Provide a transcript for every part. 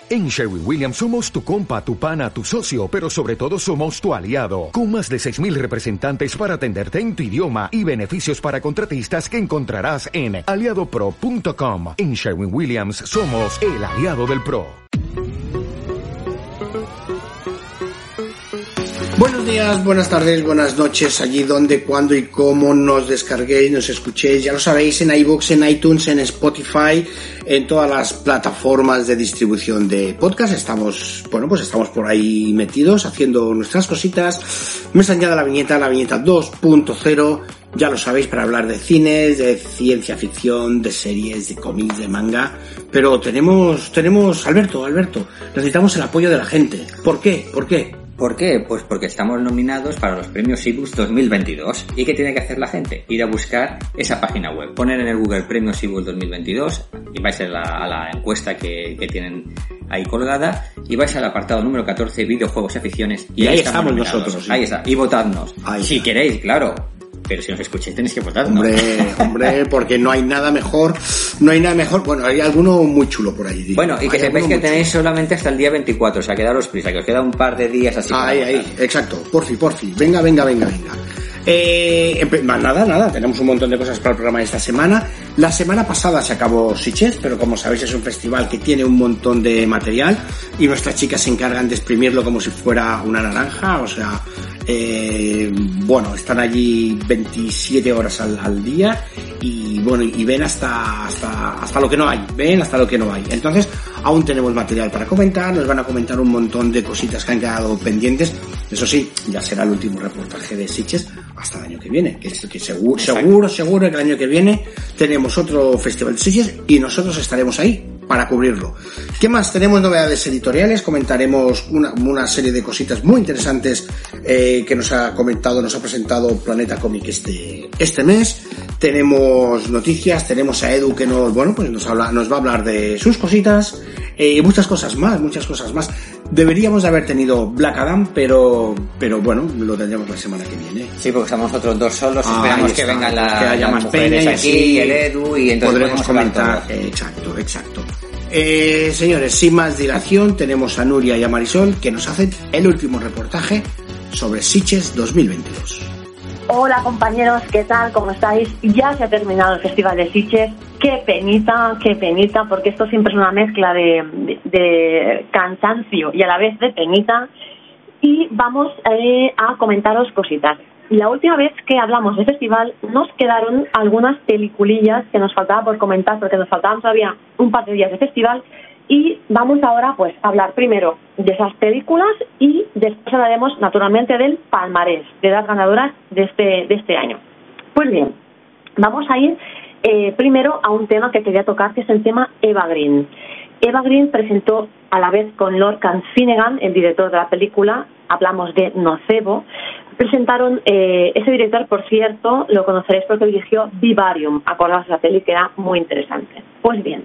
En Sherwin-Williams somos tu compa, tu pana, tu socio, pero sobre todo somos tu aliado, con más de 6,000 representantes para atenderte en tu idioma y beneficios para contratistas que encontrarás en aliadopro.com. En Sherwin-Williams somos el aliado del pro. Buenos días, buenas tardes, buenas noches, allí donde, cuando y cómo nos descarguéis, nos escuchéis, ya lo sabéis, en iVoox, en iTunes, en Spotify, en todas las plataformas de distribución de podcast. Estamos por ahí metidos, haciendo nuestras cositas. Me han añadido la viñeta 2.0, ya lo sabéis, para hablar de cines, de ciencia ficción, de series, de cómics, de manga. Pero tenemos, Alberto, necesitamos el apoyo de la gente. ¿Por qué? ¿Por qué? Pues porque estamos nominados para los premios iBooks 2022. ¿Y qué tiene que hacer la gente? Ir a buscar esa página web, poner en el Google Premios iBooks 2022 y vais a la encuesta que tienen ahí colgada y vais al apartado número 14, videojuegos y aficiones, y ahí estamos nosotros. Sí. Ahí está, y votadnos. Ahí. Si queréis, claro. Pero si nos escucháis tenéis que votar, ¿no? Hombre, porque no hay nada mejor. Bueno, hay alguno muy chulo por ahí. Bueno, y que sepáis que tenéis solamente hasta el día 24, o sea, que daros prisa, que os queda un par de días así. Ahí, exacto, porfi. Venga. Nada, tenemos un montón de cosas para el programa de esta semana. La semana pasada se acabó Sitges, pero como sabéis es un festival que tiene un montón de material y nuestras chicas se encargan de exprimirlo como si fuera una naranja, o sea, están allí 27 horas al día y ven hasta lo que no hay, Entonces, aún tenemos material para comentar, nos van a comentar un montón de cositas que han quedado pendientes. Eso sí, ya será el último reportaje de Sitges hasta el año que viene, que seguro que el año que viene tenemos otro festival de Sitges y nosotros estaremos ahí para cubrirlo. ¿Qué más? Tenemos novedades editoriales, comentaremos una serie de cositas muy interesantes que nos ha presentado Planeta Cómic este mes. Tenemos noticias, tenemos a Edu que nos va a hablar de sus cositas y muchas cosas más. Deberíamos de haber tenido Black Adam, pero bueno, lo tendremos la semana que viene. Sí, porque estamos nosotros dos solos, esperamos que vengan las haya más mujeres aquí y el Edu, y entonces podremos comentar. Exacto. Señores, sin más dilación, tenemos a Nuria y a Marisol que nos hacen el último reportaje sobre Sitges 2022. Hola compañeros, ¿qué tal? ¿Cómo estáis? Ya se ha terminado el Festival de Sitges. Qué penita, porque esto siempre es una mezcla de cansancio y a la vez de penita. Y vamos a comentaros cositas. La última vez que hablamos de festival nos quedaron algunas peliculillas que nos faltaba por comentar porque nos faltaban todavía un par de días de festival. Y vamos ahora pues a hablar primero de esas películas y después hablaremos naturalmente del palmarés de las ganadoras de este año. Pues bien, vamos a ir primero a un tema que quería tocar, que es el tema Eva Green. Eva Green presentó a la vez con Lorcan Finnegan, el director de la película, hablamos de Nocebo. Presentaron, ese director, por cierto, lo conoceréis porque dirigió Vivarium, acordaos de la peli que era muy interesante. Pues bien,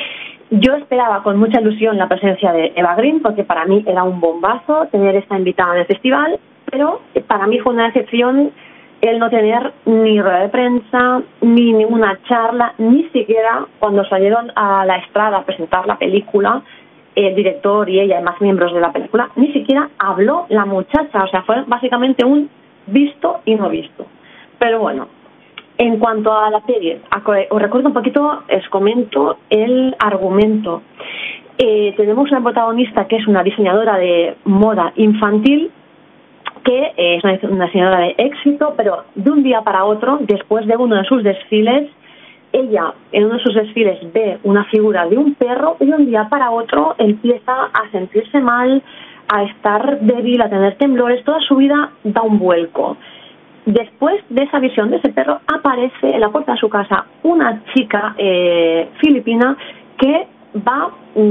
yo esperaba con mucha ilusión la presencia de Eva Green porque para mí era un bombazo tener esta invitada en el festival, pero para mí fue una decepción el no tener ni rueda de prensa, ni ninguna charla, ni siquiera cuando salieron a la estrada a presentar la película, el director y ella y más miembros de la película, ni siquiera habló la muchacha, o sea, fue básicamente un visto y no visto. Pero bueno, en cuanto a la serie, os recuerdo un poquito, os comento el argumento. Tenemos una protagonista que es una diseñadora de moda infantil, que es una diseñadora de éxito, pero de un día para otro, después de uno de sus desfiles, ella en uno de sus desfiles ve una figura de un perro y de un día para otro empieza a sentirse mal, a estar débil, a tener temblores, toda su vida da un vuelco. Después de esa visión de ese perro, aparece en la puerta de su casa una chica filipina que va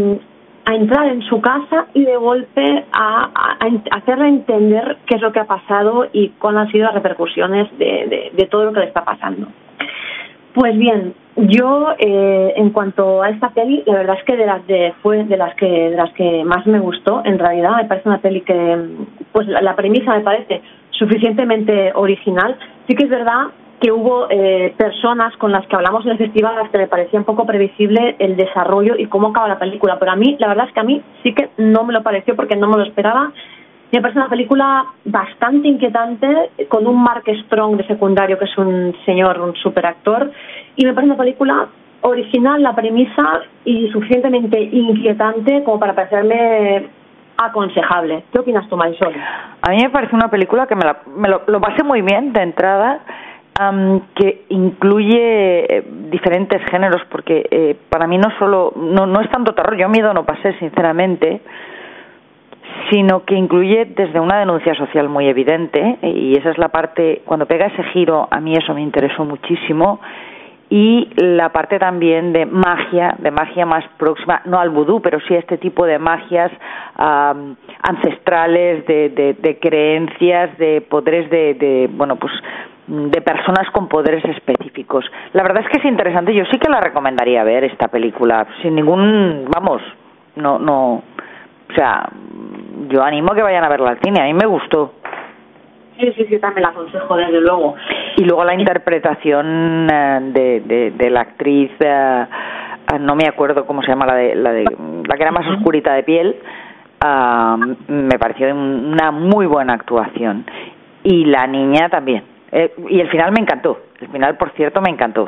a entrar en su casa y de golpe a hacerle entender qué es lo que ha pasado y cuáles han sido las repercusiones de todo lo que le está pasando. Pues bien, yo en cuanto a esta peli, la verdad es que fue de las que más me gustó. En realidad me parece una peli que, pues la premisa me parece suficientemente original. Sí que es verdad que hubo personas con las que hablamos en el festival a las que me parecía un poco previsible el desarrollo y cómo acaba la película, pero a mí, la verdad es que a mí sí que no me lo pareció porque no me lo esperaba. Me parece una película bastante inquietante, con un Mark Strong de secundario, que es un señor, un superactor, y me parece una película original, la premisa, y suficientemente inquietante como para parecerme aconsejable. ¿Qué opinas tú, Marisol? A mí me parece una película que lo pasé muy bien de entrada, que incluye diferentes géneros, porque para mí no es tanto terror, yo miedo no pasé, sinceramente, sino que incluye desde una denuncia social muy evidente, y esa es la parte, cuando pega ese giro, a mí eso me interesó muchísimo, y la parte también de magia más próxima, no al vudú, pero sí a este tipo de magias ancestrales, de creencias, de poderes de personas con poderes específicos. La verdad es que es interesante, yo sí que la recomendaría ver esta película, sin ningún, o sea, yo animo a que vayan a verla al cine, a mí me gustó. Sí, también la aconsejo, desde luego. Y luego la interpretación de la actriz, no me acuerdo cómo se llama, la que era más oscurita de piel, me pareció una muy buena actuación. Y la niña también. Y el final me encantó. El final, por cierto, me encantó.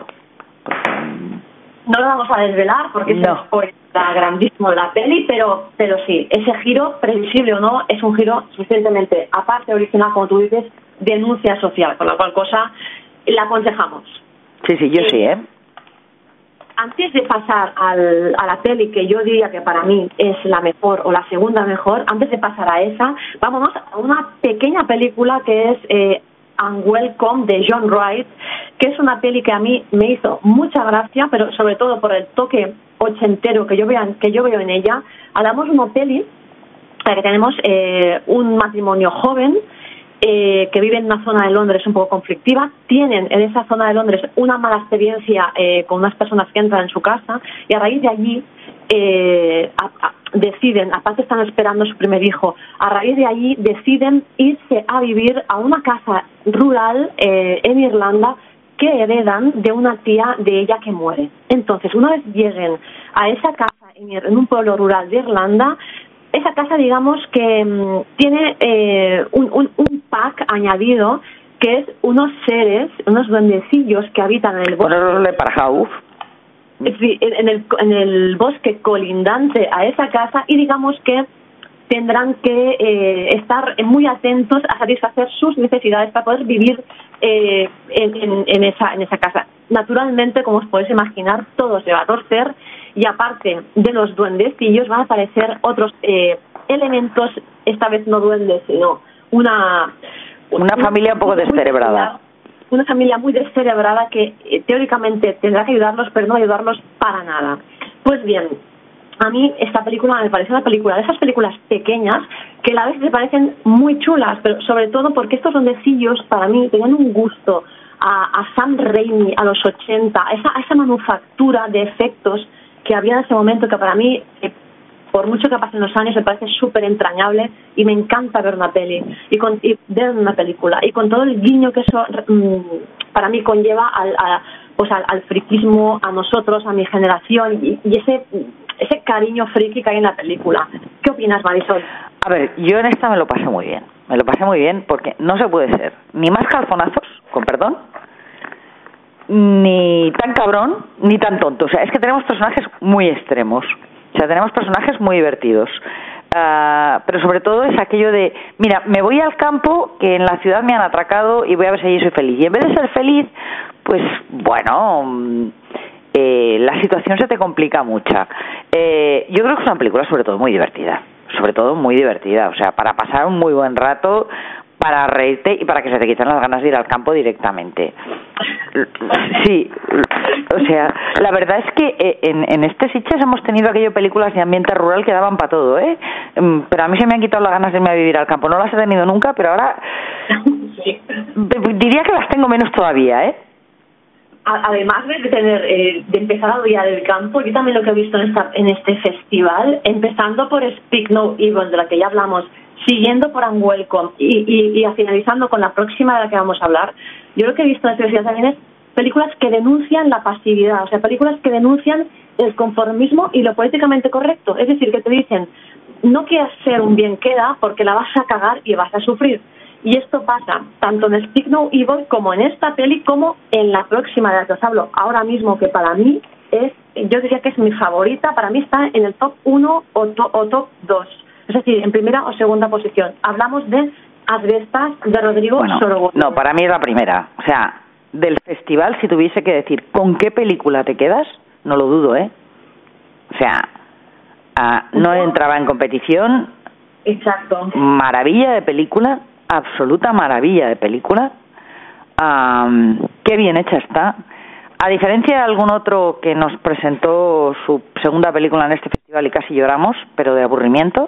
No lo vamos a desvelar porque no. Está grandísimo la peli, pero sí, ese giro, previsible o no, es un giro suficientemente, aparte original, como tú dices, denuncia social, con la cual cosa la aconsejamos. Sí, yo sí, Antes de pasar a la peli, que yo diría que para mí es la mejor o la segunda mejor, antes de pasar a esa, vámonos a una pequeña película que es Unwelcome, de John Wright, que es una peli que a mí me hizo mucha gracia, pero sobre todo por el toque ochentero que yo veo en ella. Hablamos de una peli en la que tenemos un matrimonio joven que vive en una zona de Londres un poco conflictiva. Tienen en esa zona de Londres una mala experiencia con unas personas que entran en su casa, y a raíz de allí deciden, aparte están esperando su primer hijo, a raíz de allí deciden irse a vivir a una casa rural en Irlanda, que heredan de una tía de ella que muere. Entonces, una vez lleguen a esa casa en un pueblo rural de Irlanda, esa casa, digamos que tiene un pack añadido, que es unos seres, unos duendecillos que habitan en el bosque. En el bosque colindante a esa casa, y digamos que tendrán que estar muy atentos a satisfacer sus necesidades para poder vivir en esa casa. Naturalmente, como os podéis imaginar, todo se va a torcer, y aparte de los duendecillos van a aparecer otros elementos, esta vez no duendes, sino una familia un poco descerebrada. Una familia muy descerebrada que teóricamente tendrá que ayudarlos, pero no ayudarlos para nada. Pues bien, a mí esta película me parece una película de esas películas pequeñas que a la vez me parecen muy chulas, pero sobre todo porque estos duendecillos para mí tenían un gusto a Sam Raimi, a los 80, a esa manufactura de efectos que había en ese momento, que para mí, por mucho que pasen los años, me parece súper entrañable, y me encanta ver una peli y ver una película, y con todo el guiño que eso para mí conlleva al friquismo, a nosotros, a mi generación, y ese cariño friki que hay en la película. ¿Qué opinas, Marisol? A ver, yo en esta me lo pasé muy bien, porque no se puede ser ni más calzonazos, con perdón, ni tan cabrón, ni tan tonto. O sea, es que tenemos personajes muy extremos. O sea, tenemos personajes muy divertidos. Pero sobre todo es aquello de, mira, me voy al campo, que en la ciudad me han atracado, y voy a ver si allí soy feliz. Y en vez de ser feliz, pues bueno, la situación se te complica mucho. Yo creo que es una película sobre todo muy divertida. O sea, para pasar un muy buen rato, para reírte y para que se te quiten las ganas de ir al campo directamente. Sí, o sea, la verdad es que en este Sitges hemos tenido aquellas películas de ambiente rural que daban para todo, pero a mí se me han quitado las ganas de irme a vivir al campo. No las he tenido nunca, pero ahora sí. Diría que las tengo menos todavía, Además de tener de empezar a oír del campo, yo también lo que he visto en este festival, empezando por Speak No Evil, de la que ya hablamos, siguiendo por Unwelcome y finalizando con la próxima de la que vamos a hablar, yo lo que he visto en la televisión también es películas que denuncian la pasividad, o sea, películas que denuncian el conformismo y lo políticamente correcto. Es decir, que te dicen, no quieras ser un bien queda porque la vas a cagar y vas a sufrir. Y esto pasa tanto en Speak No Evil como en esta peli como en la próxima de la que os hablo ahora mismo, que para mí yo diría que es mi favorita, para mí está en el top 1 o top 2, es decir, en primera o segunda posición. Hablamos de Asbestas de Rodrigo Sorogoyen. No, para mí es la primera. O sea, del festival, si tuviese que decir con qué película te quedas, no lo dudo, ¿eh? O sea, no entraba en competición. Exacto. Maravilla de película, absoluta maravilla de película. Qué bien hecha está. A diferencia de algún otro que nos presentó su segunda película en este festival y casi lloramos, pero de aburrimiento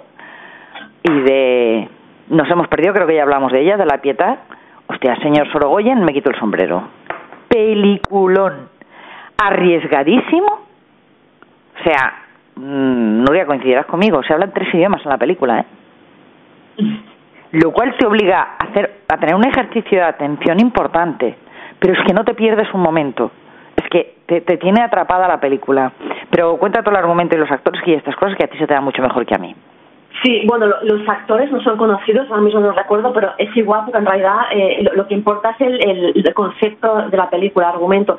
y nos hemos perdido, creo que ya hablamos de ella, de La Pietà. Hostia, señor Sorogoyen, me quito el sombrero. Peliculón. Arriesgadísimo. O sea, Nuria, coincidirás conmigo, se hablan 3 idiomas en la película, ¿eh? Lo cual te obliga a tener un ejercicio de atención importante, pero es que no te pierdes un momento. Es que te tiene atrapada la película. Pero cuenta todo el argumento y los actores y estas cosas que a ti se te dan mucho mejor que a mí. Sí, bueno, los actores no son conocidos, ahora mismo no los recuerdo, pero es igual porque en realidad lo que importa es el concepto de la película, el argumento.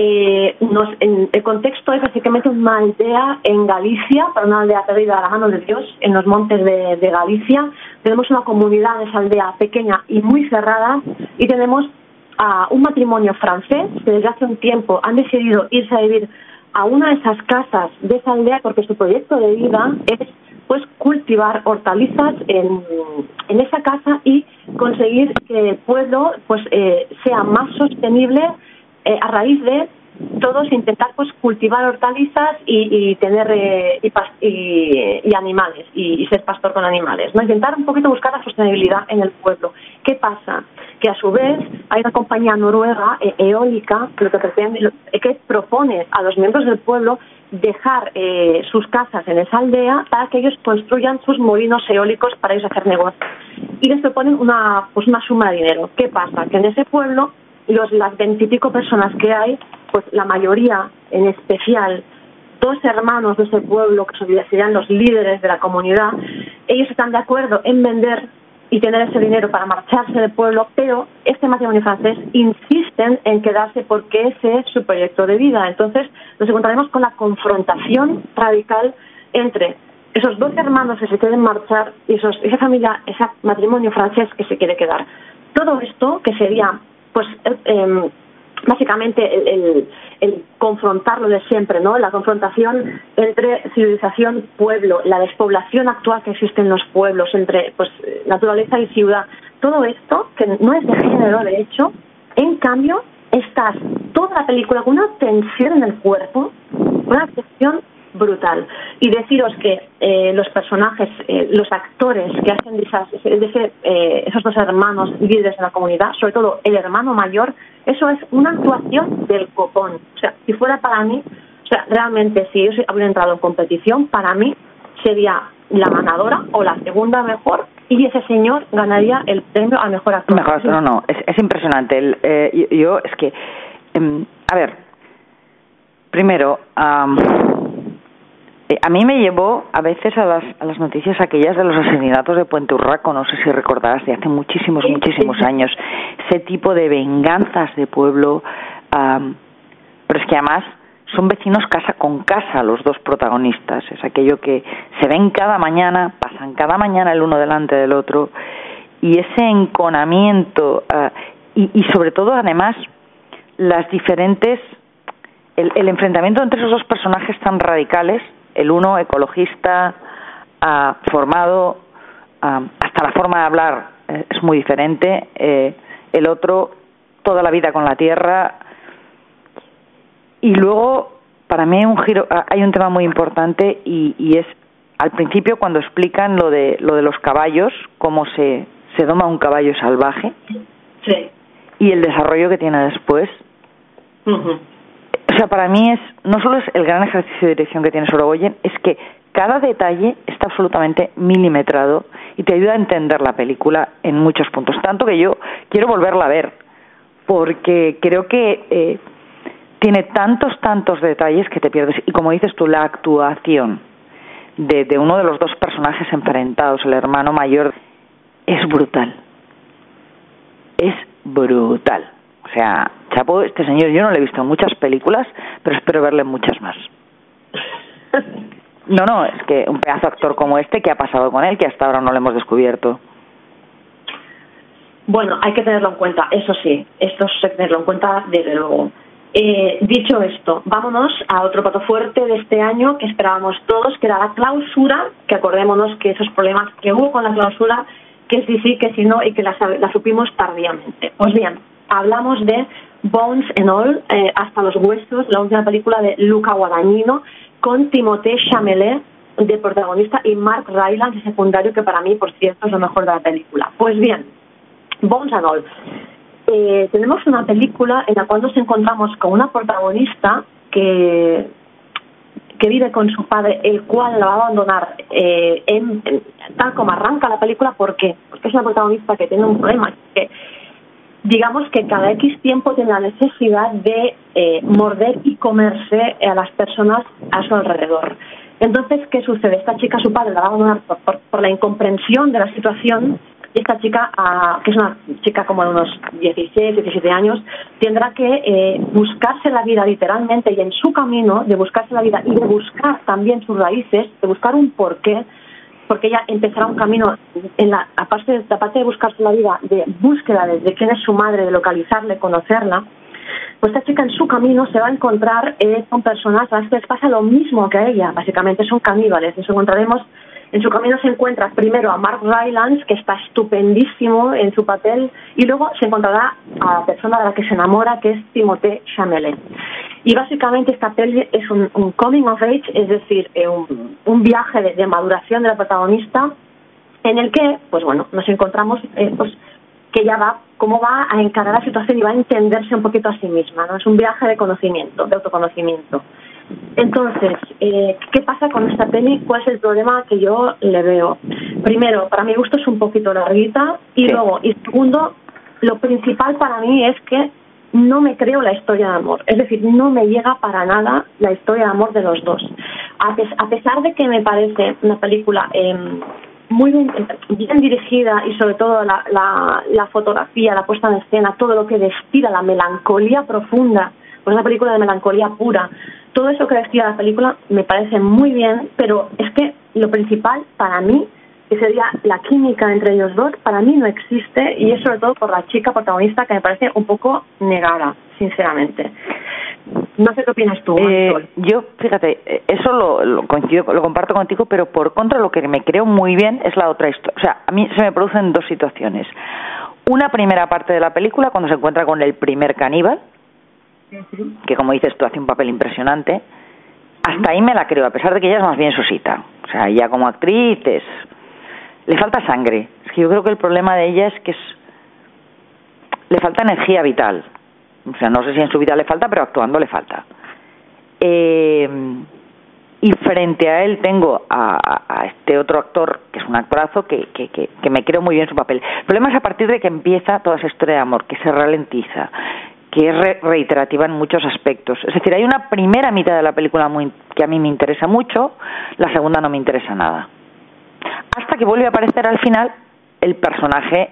El contexto es básicamente una aldea en Galicia, para una aldea perdida a la mano de Dios, en los montes de Galicia. Tenemos una comunidad en esa aldea pequeña y muy cerrada, y tenemos a un matrimonio francés que desde hace un tiempo han decidido irse a vivir a una de esas casas de esa aldea porque su proyecto de vida es pues cultivar hortalizas en esa casa y conseguir que el pueblo pues sea más sostenible a raíz de todos intentar pues cultivar hortalizas y tener y animales y ser pastor con animales, ¿no? Intentar un poquito buscar la sostenibilidad en el pueblo. ¿Qué pasa? Que a su vez hay una compañía noruega eólica que propone a los miembros del pueblo dejar sus casas en esa aldea para que ellos construyan sus molinos eólicos para ellos hacer negocio. Y les proponen una suma de dinero. ¿Qué pasa? Que en ese pueblo las 20 y pico personas que hay, pues la mayoría, en especial 2 hermanos de ese pueblo que serían los líderes de la comunidad, ellos están de acuerdo en vender y tener ese dinero para marcharse del pueblo, pero este matrimonio francés insisten en quedarse porque ese es su proyecto de vida. Entonces nos encontraremos con la confrontación radical entre esos 2 hermanos que se quieren marchar y esa familia, ese matrimonio francés que se quiere quedar. Todo esto, que sería pues básicamente el confrontarlo de siempre, ¿no? La confrontación entre civilización, pueblo, la despoblación actual que existe en los pueblos, entre pues naturaleza y ciudad. Todo esto, que no es de género, de hecho, en cambio, estás toda la película con una tensión en el cuerpo, una tensión brutal. Y deciros que los personajes, los actores que hacen esos 2 hermanos líderes de la comunidad, sobre todo el hermano mayor, eso es una actuación del copón. O sea, si fuera para mí, o sea, realmente si yo hubiera entrado en competición, para mí sería la ganadora o la segunda mejor, y ese señor ganaría el premio a mejor actor. Mejor actor, no, es impresionante. Yo es que, a ver, primero, a mí me llevó a veces a las noticias aquellas de los asesinatos de Puente Urraco, no sé si recordarás, de hace muchísimos años, ese tipo de venganzas de pueblo, pero es que además son vecinos casa con casa los 2 protagonistas, es aquello que se ven cada mañana, pasan cada mañana el uno delante del otro, y ese enconamiento, y sobre todo además las diferentes, el enfrentamiento entre esos 2 personajes tan radicales, el uno ecologista, formado, hasta la forma de hablar es muy diferente, el otro toda la vida con la tierra. Y luego para mí hay un tema muy importante y es al principio cuando explican lo de los caballos, cómo se doma un caballo salvaje, sí, y el desarrollo que tiene después. Uh-huh. O sea, para mí no solo es el gran ejercicio de dirección que tiene Sorogoyen, es que cada detalle está absolutamente milimetrado y te ayuda a entender la película en muchos puntos. Tanto que yo quiero volverla a ver, porque creo que tiene tantos detalles que te pierdes. Y como dices tú, la actuación de uno de los dos personajes enfrentados, el hermano mayor, es brutal. Es brutal. O sea, chapo, este señor yo no lo he visto en muchas películas, pero espero verle en muchas más. No, es que un pedazo de actor como este, ¿qué ha pasado con él? Que hasta ahora no lo hemos descubierto. Bueno, hay que tenerlo en cuenta, eso sí, esto hay que tenerlo en cuenta desde luego. Dicho esto, vámonos a otro plato fuerte de este año que esperábamos todos, que era la clausura, que acordémonos que esos problemas que hubo con la clausura, que sí, que sí no, y que la supimos tardíamente. Pues bien, hablamos de Bones and All, Hasta los huesos, la última película de Luca Guadagnino, con Timothée Chalamet de protagonista y Mark Rylance de secundario, que para mí, por cierto, es lo mejor de la película. Pues bien, Bones and All. Tenemos una película en la cual nos encontramos con una protagonista que vive con su padre, el cual la va a abandonar tal como arranca la película. ¿Por qué? Porque es una protagonista que tiene un problema, que digamos que cada X tiempo tiene la necesidad de morder y comerse a las personas a su alrededor. Entonces, ¿qué sucede? Esta chica, su padre la va a abandonar por la incomprensión de la situación. Y esta chica, que es una chica como de unos 16, 17 años, tendrá que buscarse la vida literalmente, y en su camino de buscarse la vida y de buscar también sus raíces, de buscar un porqué, porque ella empezará un camino, aparte de buscarse la vida, de búsqueda de quién es su madre, de localizarle, conocerla. Pues esta chica en su camino se va a encontrar con personas a las que les pasa lo mismo que a ella, básicamente son caníbales. Nos encontraremos. En su camino se encuentra primero a Mark Rylance, que está estupendísimo en su papel, y luego se encontrará a la persona de la que se enamora, que es Timothée Chalamet. Y básicamente esta peli es un coming of age, es decir, un viaje de maduración de la protagonista, en el que, pues bueno, nos encontramos pues que ella cómo va a encarar la situación y va a entenderse un poquito a sí misma, ¿no? Es un viaje de conocimiento, de autoconocimiento. Entonces, ¿qué pasa con esta peli? ¿Cuál es el problema que yo le veo? Primero, para mi gusto es un poquito larguita, y luego, y segundo, lo principal para mí es que no me creo la historia de amor. Es decir, no me llega para nada la historia de amor de los dos. A pesar de que me parece una película muy bien dirigida, y sobre todo la fotografía, la puesta en escena, todo lo que destila la melancolía profunda, pues una película de melancolía pura. Todo eso que destila la película me parece muy bien, pero es que lo principal para mí, que sería la química entre ellos dos, para mí no existe, y es sobre todo por la chica protagonista, que me parece un poco negada, sinceramente. No sé qué opinas tú, yo, fíjate, eso lo comparto contigo, pero por contra lo que me creo muy bien es la otra historia. O sea, a mí se me producen dos situaciones. Una primera parte de la película, cuando se encuentra con el primer caníbal, que como dices tú hace un papel impresionante. Hasta ahí me la creo, a pesar de que ella es más bien Susita. O sea, ella como actriz le falta sangre. Es que yo creo que el problema de ella es que le falta energía vital. O sea, no sé si en su vida le falta, pero actuando le falta. Y frente a él tengo a este otro actor, que es un actorazo, que me creo muy bien su papel. El problema es a partir de que empieza toda esa historia de amor, que se ralentiza, que es reiterativa en muchos aspectos. Es decir, hay una primera mitad de la película que a mí me interesa mucho, la segunda no me interesa nada. Hasta que vuelve a aparecer al final el personaje,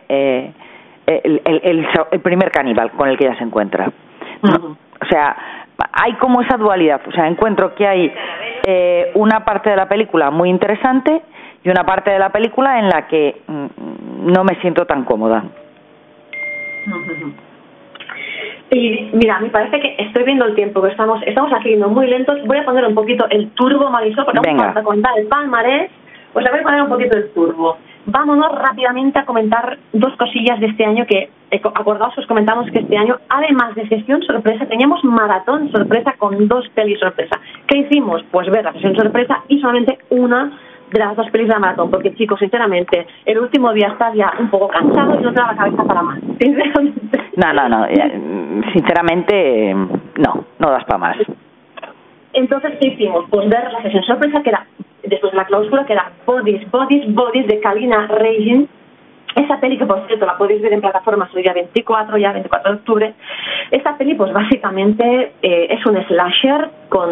el primer caníbal con el que ella se encuentra. Uh-huh. O sea, hay como esa dualidad. O sea, encuentro que hay una parte de la película muy interesante y una parte de la película en la que no me siento tan cómoda. Uh-huh. Y mira, me parece que estoy viendo el tiempo, que estamos aquí yendo muy lentos. Voy a poner un poquito el turbo, Marisol, porque vamos a comentar el palmarés. Pues le voy a poner un poquito el turbo. Vámonos rápidamente a comentar dos cosillas de este año que, acordaos, os comentamos que este año, además de sesión sorpresa, teníamos maratón sorpresa con 2 pelis sorpresa. ¿Qué hicimos? Pues ver la sesión sorpresa y solamente una de las 2 pelis de la maratón, porque chicos, sinceramente, el último día estás ya un poco cansado y no te da la cabeza para más. Sinceramente. No, sinceramente no das para más. Entonces, ¿qué hicimos? Pues ver la sesión sorpresa, que era después de la clausura, que era Bodies de Kalina Regin. Esa peli, que por cierto la podéis ver en plataformas el día 24 de octubre. Esta peli pues básicamente es un slasher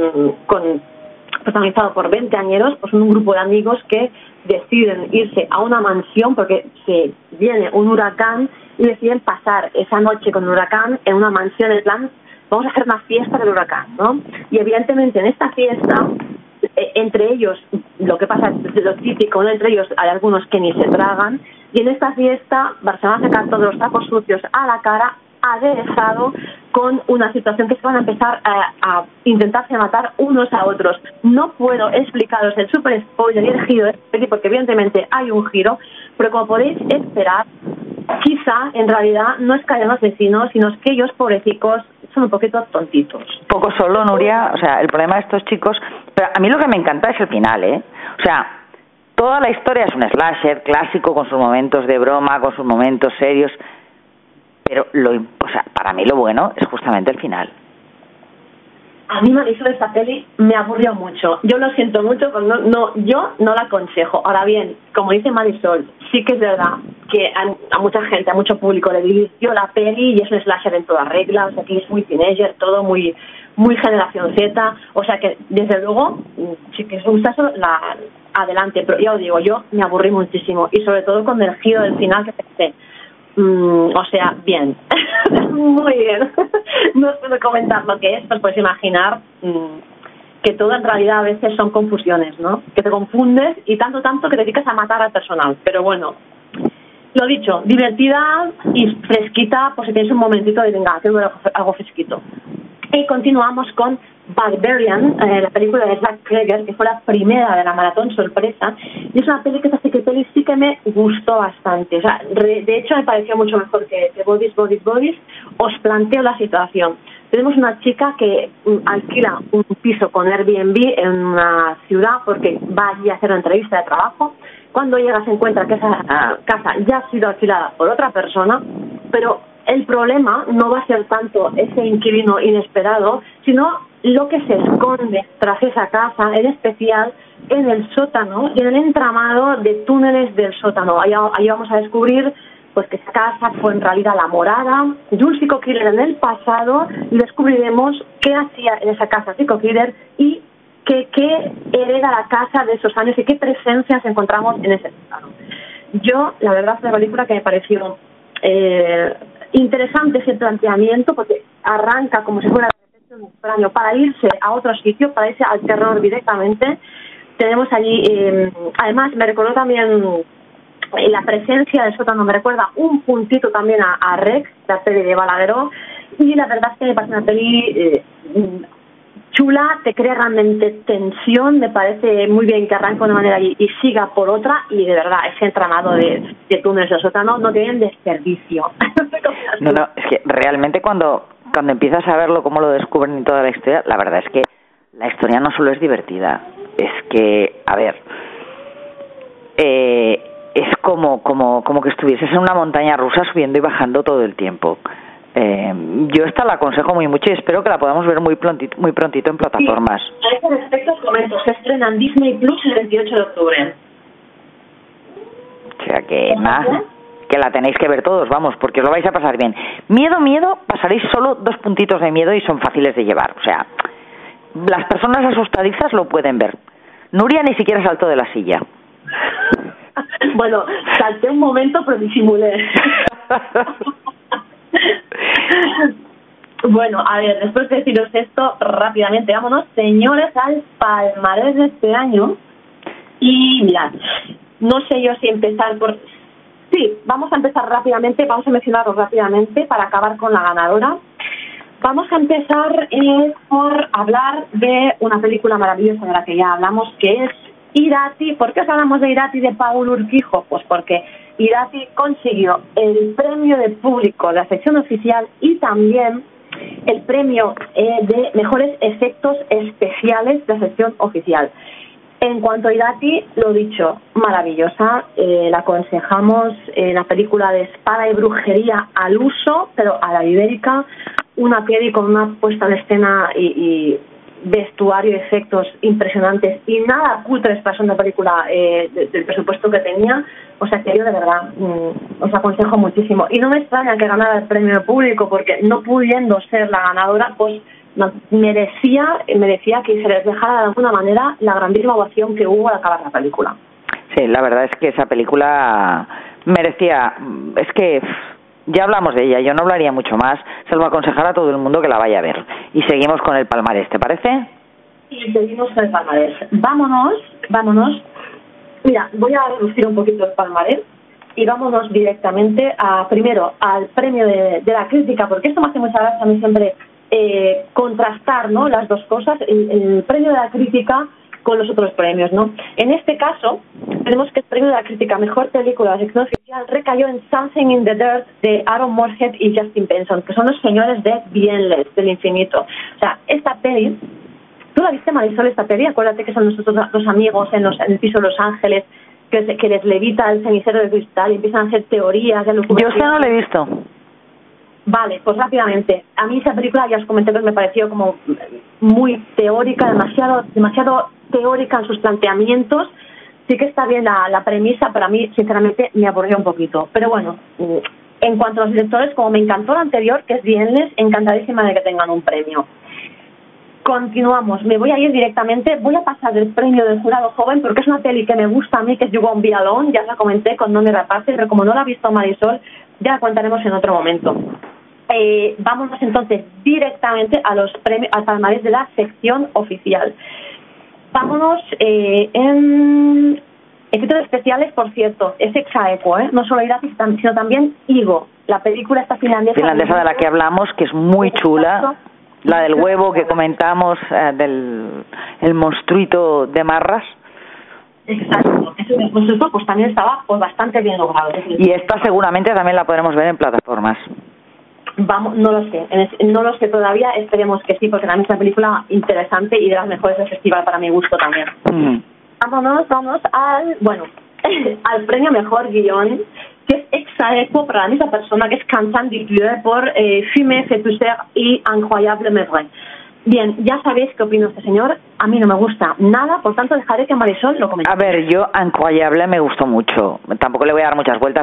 protagonizado por 20añeros, pues un grupo de amigos que deciden irse a una mansión porque se viene un huracán y deciden pasar esa noche con el huracán en una mansión, en plan, vamos a hacer una fiesta del huracán, ¿no? Y evidentemente en esta fiesta, entre ellos, lo que pasa es lo típico, ¿no? Entre ellos hay algunos que ni se tragan, y en esta fiesta se van a sacar todos los trapos sucios a la cara, aderezado con una situación que se van a empezar a intentarse matar unos a otros. No puedo explicaros el super spoiler y el giro de este, porque evidentemente hay un giro, pero como podéis esperar, quizá en realidad no es que hayan los vecinos, sino es que ellos, pobrecicos, son un poquito tontitos. Poco solo, Nuria, o sea, el problema de estos chicos, pero a mí lo que me encanta es el final, o sea, toda la historia es un slasher clásico con sus momentos de broma, con sus momentos serios, pero para mí lo bueno es justamente el final. A mí Marisol esta peli me aburrió mucho. Yo lo siento mucho, pero yo no la aconsejo. Ahora bien, como dice Marisol, sí que es verdad que a mucha gente, a mucho público le divirtió la peli y es un slasher en toda regla, o sea que es muy teenager, todo muy muy generación Z, o sea que desde luego, si que es un gustazo, adelante, pero ya os digo, yo me aburrí muchísimo y sobre todo con el giro del final que pensé. O sea, bien, muy bien. No os puedo comentar lo que es, pero puedes imaginar que todo en realidad a veces son confusiones, ¿no? Que te confundes y tanto que te dedicas a matar al personal. Pero bueno, lo dicho, divertida y fresquita, pues si tenéis un momentito de venga, que algo fresquito. Y continuamos con Barbarian, la película de Zach Cregger, que fue la primera de la maratón sorpresa, y es una peli que sí que me gustó bastante. O sea, de hecho me pareció mucho mejor que Bodies. Os planteo la situación. Tenemos una chica que alquila un piso con Airbnb en una ciudad porque va allí a hacer una entrevista de trabajo. Cuando llega se encuentra que esa casa ya ha sido alquilada por otra persona, pero el problema no va a ser tanto ese inquilino inesperado, sino lo que se esconde tras esa casa, en especial en el sótano y en el entramado de túneles del sótano. Ahí vamos a descubrir pues que esa casa fue en realidad la morada de un psico-killer en el pasado y descubriremos qué hacía en esa casa psico-killer y qué hereda la casa de esos años y qué presencias encontramos en ese sótano. Yo, la verdad, es una película que me pareció interesante ese planteamiento porque arranca como si fuera un extraño para irse a otro sitio, para irse al terror directamente. Tenemos allí, además me recordó también la presencia del sótano, me recuerda un puntito también a Rex, la peli de Balagueró, y la verdad es que me parece una peli chula, te crea realmente tensión, me parece muy bien que arranque de una manera y siga por otra, y de verdad ese entramado de túneles del sótano no tienen desperdicio. No, es que realmente cuando empiezas a verlo, cómo lo descubren y toda la historia, la verdad es que la historia no solo es divertida, es que, a ver, es como que estuvieses en una montaña rusa subiendo y bajando todo el tiempo. Yo esta la aconsejo muy mucho y espero que la podamos ver muy prontito en plataformas. Sí, a este respecto os comento, se estrena en Disney Plus el 28 de octubre. O sea que nada, que la tenéis que ver todos, vamos, porque os lo vais a pasar bien. Miedo, pasaréis solo 2 puntitos de miedo y son fáciles de llevar. O sea, las personas asustadizas lo pueden ver. Nuria ni siquiera saltó de la silla. Bueno, salté un momento, pero disimulé. Bueno, a ver, después de deciros esto, rápidamente, vámonos, señores, al palmarés de este año. Y mirad, no sé yo si empezar por... Sí, vamos a empezar rápidamente, vamos a mencionarlo rápidamente para acabar con la ganadora. Vamos a empezar por hablar de una película maravillosa de la que ya hablamos, que es Irati. ¿Por qué os hablamos de Irati de Paul Urquijo? Pues porque Irati consiguió el premio de público de la sección oficial y también el premio de mejores efectos especiales de la sección oficial. En cuanto a Irati, lo dicho, maravillosa, la aconsejamos, la película de espada y brujería al uso, pero a la ibérica, una peli con una puesta de escena y vestuario y efectos impresionantes y nada cutres para ser una película del presupuesto que tenía. O sea que yo de verdad os aconsejo muchísimo. Y no me extraña que ganara el premio público, porque no pudiendo ser la ganadora, pues merecía que se les dejara de alguna manera la grandísima ovación que hubo al acabar la película. Sí, la verdad es que esa película merecía... Es que ya hablamos de ella, yo no hablaría mucho más. Se lo voy a aconsejar a todo el mundo que la vaya a ver. Y seguimos con el palmarés, ¿te parece? Y seguimos con el palmarés. Vámonos. Mira, voy a reducir un poquito el palmarés y vámonos directamente primero al premio de la crítica, porque esto me hace mucha gracia a mí siempre contrastar, ¿no?, las dos cosas, el premio de la crítica con los otros premios, ¿no? En este caso, tenemos que el premio de la crítica mejor película de la sección oficial recayó en Something in the Dirt de Aaron Moorhead y Justin Benson, que son los señores de Bienles, del infinito. O sea, esta peli, ¿tú la viste, Marisol, esta peli? Acuérdate que son nosotros dos amigos en el piso de Los Ángeles, que les levita el cenicero de cristal y empiezan a hacer teorías de Yo esta no la he visto. Vale, pues rápidamente. A mí esa película, ya os comenté que me pareció como muy teórica, demasiado teórica en sus planteamientos. Sí que está bien la premisa, pero a mí, sinceramente, me aburrió un poquito. Pero bueno, en cuanto a los directores, como me encantó la anterior, que es Bienles, encantadísima de que tengan un premio. Continuamos, me voy a ir directamente, voy a pasar del premio del jurado joven, porque es una peli que me gusta a mí, que es You Won't Be Alone, ya la comenté con Nomi Rapace, pero como no la ha visto Marisol, ya la contaremos en otro momento. Vámonos entonces directamente a los premios, al palmarés de la sección oficial. Vámonos en efectos especiales, por cierto, es Exaequo, no solo Iratis, sino también Igo, la película esta finlandesa de la que hablamos, que es muy chula, la del huevo que comentamos, el monstruito de marras. Exacto, ese monstruito pues también estaba pues bastante bien logrado. Y esta seguramente también la podremos ver en plataformas. Vamos, no lo sé todavía, esperemos que sí, porque también es una película interesante y de las mejores del festival para mi gusto también. Vamos al premio mejor guión, que es Exaequo para la misma persona, que es Cancan du Dieu por Fumer, Fetouser y Incroyable Mevre. Bien, ya sabéis qué opino este señor. A mí no me gusta nada, por tanto dejaré que Marisol lo comente. A ver, yo Incroyable me gustó mucho. Tampoco le voy a dar muchas vueltas.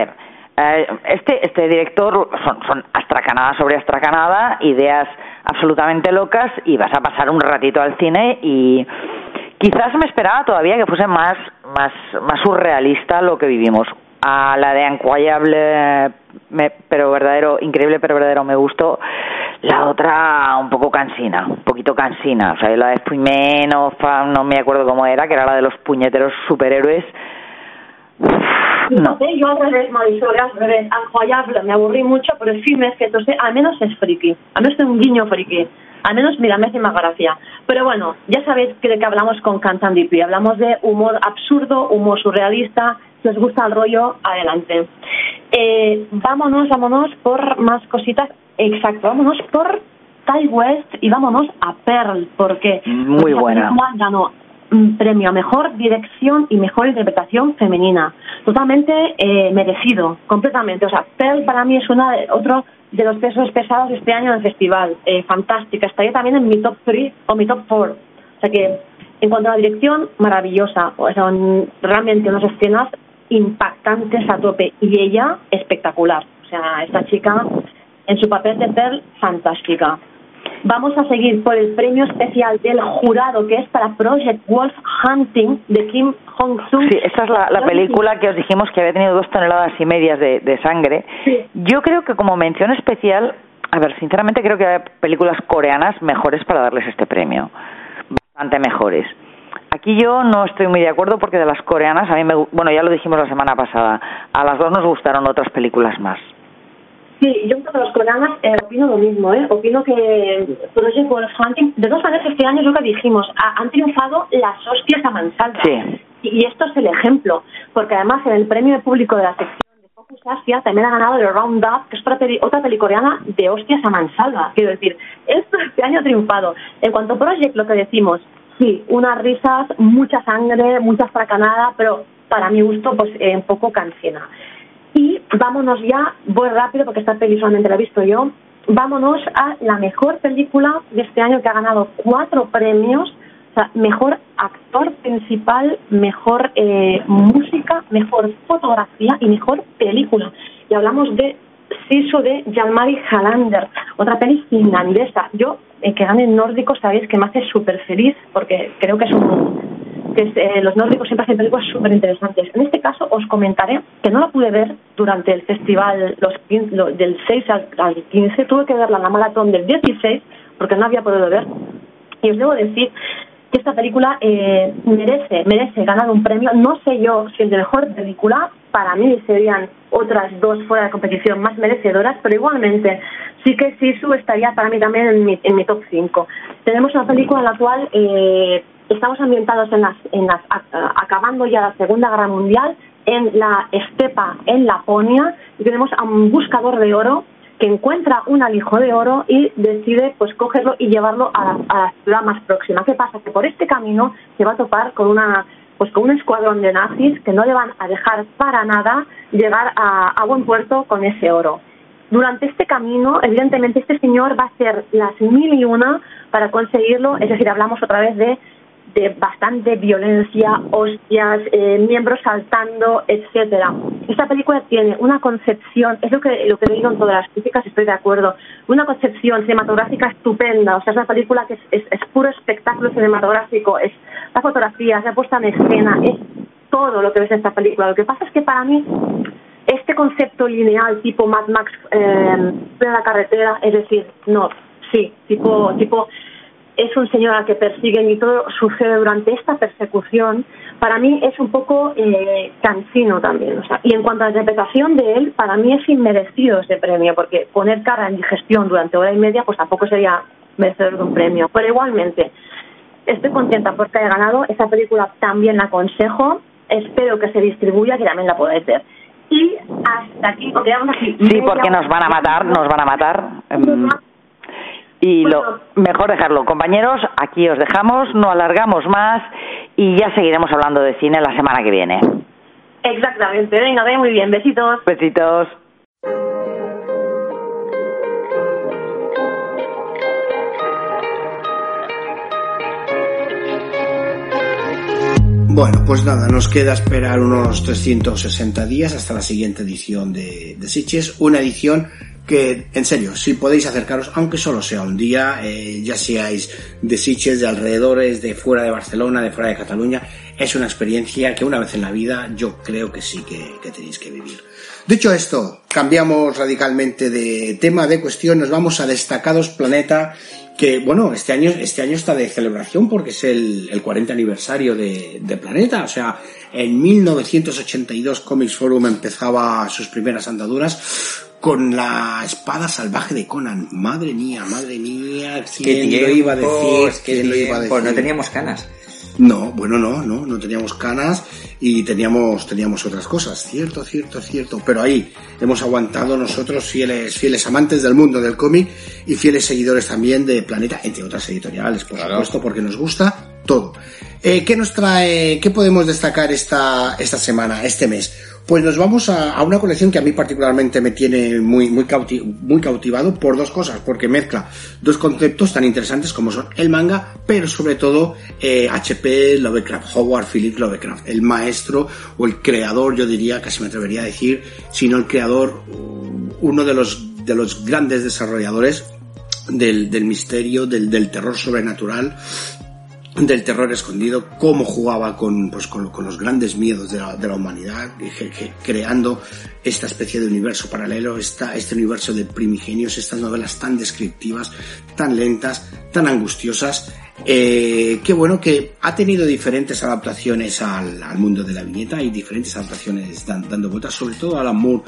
Este director son astracanada sobre astracanada, ideas absolutamente locas, y vas a pasar un ratito al cine y quizás me esperaba todavía que fuese más surrealista lo que vivimos. A la de Incroyable, increíble pero verdadero me gustó. La otra un poquito cansina. O sea, la de Fuimen no me acuerdo cómo era, que era la de los puñeteros superhéroes. No sé, yo al revés, Marisol, Incroyable, me aburrí mucho, pero el film es que al menos es friki, al menos es un guiño friki, al menos mira, me hace más gracia. Pero bueno, ya sabéis de qué hablamos con Cancan du Dieu, hablamos de humor absurdo, humor surrealista. Si os gusta el rollo, adelante. Vámonos por más cositas. Exacto, vámonos por Ty West y vámonos a Pearl, porque muy buena. Ganó un premio a mejor dirección y mejor interpretación femenina, totalmente merecido, completamente. O sea, Pearl para mí es otro de los pesos pesados este año en el festival. Fantástica, estaría también en mi top 3 o mi top 4. O sea que en cuanto a la dirección, maravillosa. O sea, realmente unas escenas impactantes a tope, y ella espectacular. O sea, esta chica en su papel de Pearl, fantástica. Vamos a seguir por el premio especial del jurado, que es para Project Wolf Hunting de Kim Hong-soo. Sí, esta es la película que os dijimos que había tenido 2,5 toneladas de sangre. Sí. Yo creo que como mención especial, sinceramente creo que hay películas coreanas mejores para darles este premio, bastante mejores. Aquí yo no estoy muy de acuerdo, porque de las coreanas, a mí ya lo dijimos la semana pasada, a las dos nos gustaron otras películas más. Sí, yo creo que los coreanos opino lo mismo, opino que Project Wolf Hunting, de todas maneras este año es lo que dijimos, han triunfado las hostias a mansalva. Sí. Y esto es el ejemplo, porque además en el premio de público de la sección de Focus Asia también ha ganado el Roundup, que es otra peli coreana de hostias a mansalva. Quiero decir, esto este año ha triunfado. En cuanto a Project, lo que decimos, sí, unas risas, mucha sangre, mucha fracanada, pero para mi gusto pues un poco cansina. Y vámonos ya, voy rápido porque esta peli solamente la he visto yo, vámonos a la mejor película de este año, que ha ganado 4 premios. O sea, mejor actor principal, mejor música, mejor fotografía y mejor película. Y hablamos de Sisu de Jalmari Halander, otra peli finlandesa. Yo, que gane nórdico, sabéis que me hace súper feliz, porque creo que los nórdicos siempre hacen películas súper interesantes. En este caso os comentaré que no la pude ver durante el festival del 6 al 15, tuve que verla en la maratón del 16 porque no había podido ver. Y os debo decir que esta película merece ganar un premio. No sé yo si el de mejor película, para mí serían otras 2 fuera de competición más merecedoras, pero igualmente sí que Sisu estaría para mí también en mi top 5. Tenemos una película en la cual estamos ambientados acabando ya la Segunda Guerra Mundial, en la estepa en Laponia, y tenemos a un buscador de oro que encuentra un alijo de oro y decide pues cogerlo y llevarlo a la ciudad más próxima. ¿Qué pasa? Que por este camino se va a topar con un escuadrón de nazis que no le van a dejar para nada llegar a buen puerto con ese oro. Durante este camino, evidentemente, este señor va a hacer las 1001 para conseguirlo, es decir, hablamos otra vez de bastante violencia, hostias, miembros saltando, etcétera. Esta película tiene una concepción, es lo que he leído en todas las críticas, estoy de acuerdo, una concepción cinematográfica estupenda. O sea, es una película que es puro espectáculo cinematográfico, es la fotografía, la puesta en escena, es todo lo que ves en esta película. Lo que pasa es que para mí este concepto lineal tipo Mad Max en la carretera, es decir, no, sí, tipo es un señor al que persiguen y todo sucede durante esta persecución, para mí es un poco cansino también. O sea, y en cuanto a la interpretación de él, para mí es inmerecido ese premio, porque poner cara en digestión durante hora y media pues tampoco sería merecedor de un premio. Pero igualmente, estoy contenta porque haya ganado. Esa película también la aconsejo, espero que se distribuya, que también la podáis ver. Y hasta aquí, porque vamos aquí. Sí, porque nos van a matar. Y lo mejor dejarlo. Compañeros, aquí os dejamos, no alargamos más y ya seguiremos hablando de cine la semana que viene. Exactamente, venga, muy bien, besitos. Besitos. Bueno, pues nada, nos queda esperar unos 360 días hasta la siguiente edición de Sitges, una edición que, en serio, si podéis acercaros, aunque solo sea un día, ya seáis de Sitges, de alrededores, de fuera de Barcelona, de fuera de Cataluña, es una experiencia que una vez en la vida yo creo que sí que tenéis que vivir. Dicho esto, cambiamos radicalmente de tema, de cuestión, nos vamos a Destacados Planeta, que bueno, este año está de celebración porque es el 40 aniversario de Planeta. O sea, en 1982 Comics Forum empezaba sus primeras andaduras con la espada salvaje de Conan. Madre mía, ¿quién lo iba a decir? ¿Quién lo iba a decir? Pues no teníamos canas. No, bueno, no teníamos canas y teníamos otras cosas, cierto, pero ahí hemos aguantado nosotros fieles amantes del mundo del cómic y fieles seguidores también de Planeta, entre otras editoriales, por supuesto, porque nos gusta todo. ¿Qué nos trae, qué podemos destacar esta semana, este mes? Pues nos vamos a una colección que a mí particularmente me tiene muy cautivado por dos cosas, porque mezcla dos conceptos tan interesantes como son el manga, pero sobre todo H.P. Lovecraft, Howard Phillips Lovecraft, el maestro o el creador, yo diría, casi me atrevería a decir, si no el creador, uno de los grandes desarrolladores del misterio, del terror sobrenatural, del terror escondido, cómo jugaba con los grandes miedos de la humanidad, creando esta especie de universo paralelo, este universo de primigenios, estas novelas tan descriptivas, tan lentas, tan angustiosas. Qué bueno que ha tenido diferentes adaptaciones al mundo de la viñeta y diferentes adaptaciones dando vueltas. Sobre todo Alan Moore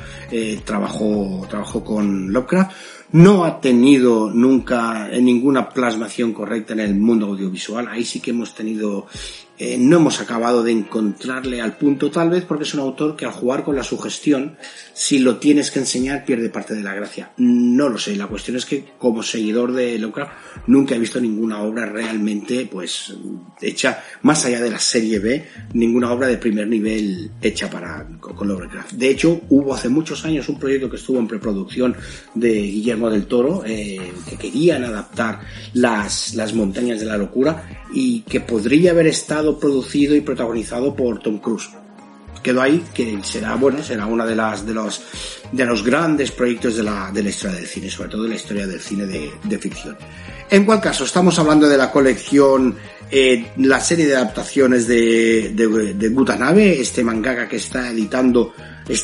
trabajó con Lovecraft. No ha tenido nunca ninguna plasmación correcta en el mundo audiovisual. Ahí sí que hemos tenido, no hemos acabado de encontrarle al punto, tal vez porque es un autor que al jugar con la sugestión, si lo tienes que enseñar, pierde parte de la gracia. No lo sé. La cuestión es que como seguidor de Lovecraft nunca he visto ninguna obra realmente pues hecha, más allá de la serie B, ninguna obra de primer nivel hecha con Lovecraft. De hecho, hubo hace muchos años un proyecto que estuvo en preproducción de Guillermo Guillermo del Toro, que querían adaptar las montañas de la locura y que podría haber estado producido y protagonizado por Tom Cruise. Quedó ahí, que será uno de los grandes proyectos de la historia del cine, sobre todo de la historia del cine de ficción. En cualquier caso, estamos hablando de la colección, la serie de adaptaciones de Watanabe, este mangaka que está adaptando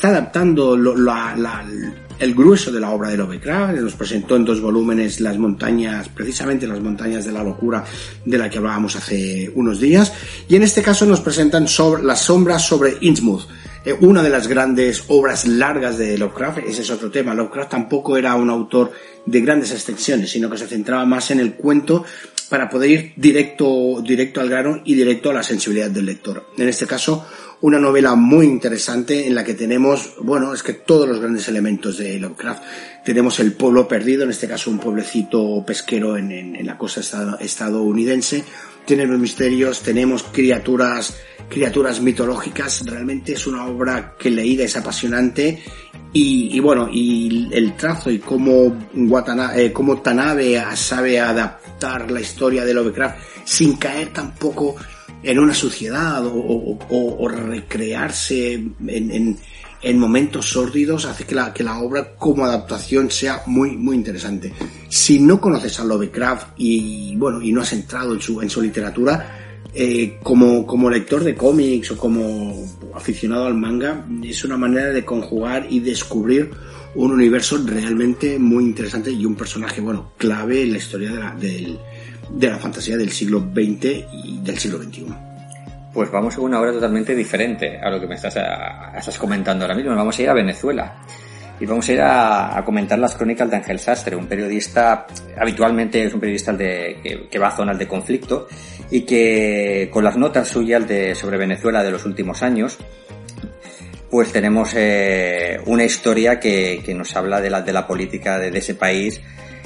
el grueso de la obra de Lovecraft. Nos presentó en 2 volúmenes las montañas de la locura de la que hablábamos hace unos días, y en este caso nos presentan las sombras sobre Innsmouth, una de las grandes obras largas de Lovecraft. Ese es otro tema. Lovecraft tampoco era un autor de grandes extensiones, sino que se centraba más en el cuento para poder ir directo al grano y directo a la sensibilidad del lector. En este caso, una novela muy interesante en la que tenemos, es que todos los grandes elementos de Lovecraft. Tenemos el pueblo perdido, en este caso un pueblecito pesquero en la costa estadounidense. Tenemos misterios, tenemos criaturas mitológicas. Realmente es una obra que leída es apasionante, y el trazo y cómo Tanabe sabe adaptar la historia de Lovecraft sin caer tampoco en una suciedad o recrearse en momentos sórdidos, hace que la obra como adaptación sea muy muy interesante. Si no conoces a Lovecraft y no has entrado en su literatura, como lector de cómics o como aficionado al manga, es una manera de conjugar y descubrir un universo realmente muy interesante y un personaje clave en la historia de la fantasía del siglo XX y del siglo XXI. Pues vamos a una obra totalmente diferente a lo que me estás comentando ahora mismo. Vamos a ir a Venezuela y vamos a ir a comentar las crónicas de Ángel Sastre, un periodista, habitualmente es un periodista que va a zonas de conflicto y que con las notas suyas sobre Venezuela de los últimos años, pues tenemos una historia que nos habla de la política de ese país,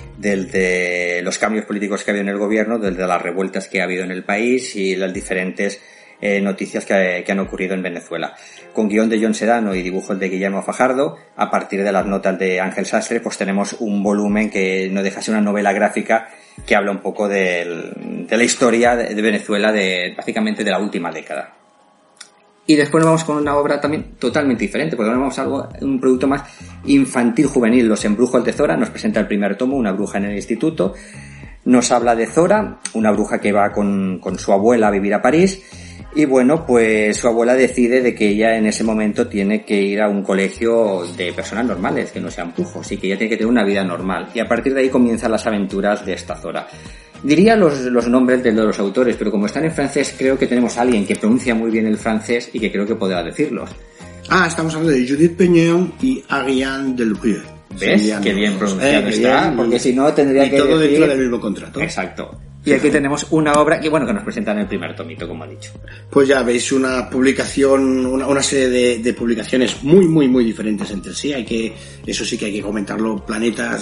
de los cambios políticos que ha habido en el gobierno, de las revueltas que ha habido en el país y las diferentes noticias que han ocurrido en Venezuela. Con guión de John Sedano y dibujos de Guillermo Fajardo, a partir de las notas de Ángel Sastre, pues tenemos un volumen que no deja de ser una novela gráfica que habla un poco de la historia de Venezuela básicamente de la última década. Y después nos vamos con una obra también totalmente diferente, porque ahora vamos a un producto más infantil juvenil. Los embrujos de Zora nos presenta el primer tomo, una bruja en el instituto. Nos habla de Zora, una bruja que va con su abuela a vivir a París. Y pues su abuela decide de que ella en ese momento tiene que ir a un colegio de personas normales, que no sean brujos, y que ella tiene que tener una vida normal. Y a partir de ahí comienzan las aventuras de esta Zora. Diría los nombres de los autores, pero como están en francés, creo que tenemos a alguien que pronuncia muy bien el francés y que creo que podrá decirlos. Estamos hablando de Judith Peñón y Ariane Delrieux. ¿Ves? Qué bien pronunciado está, porque si no tendría que todo decir... dentro del mismo contrato. Exacto. Y aquí tenemos una obra que nos presentan en el primer tomito, como ha dicho. Pues ya veis una publicación, una serie de publicaciones muy, muy, muy diferentes entre sí. Eso sí que hay que comentarlo. Planeta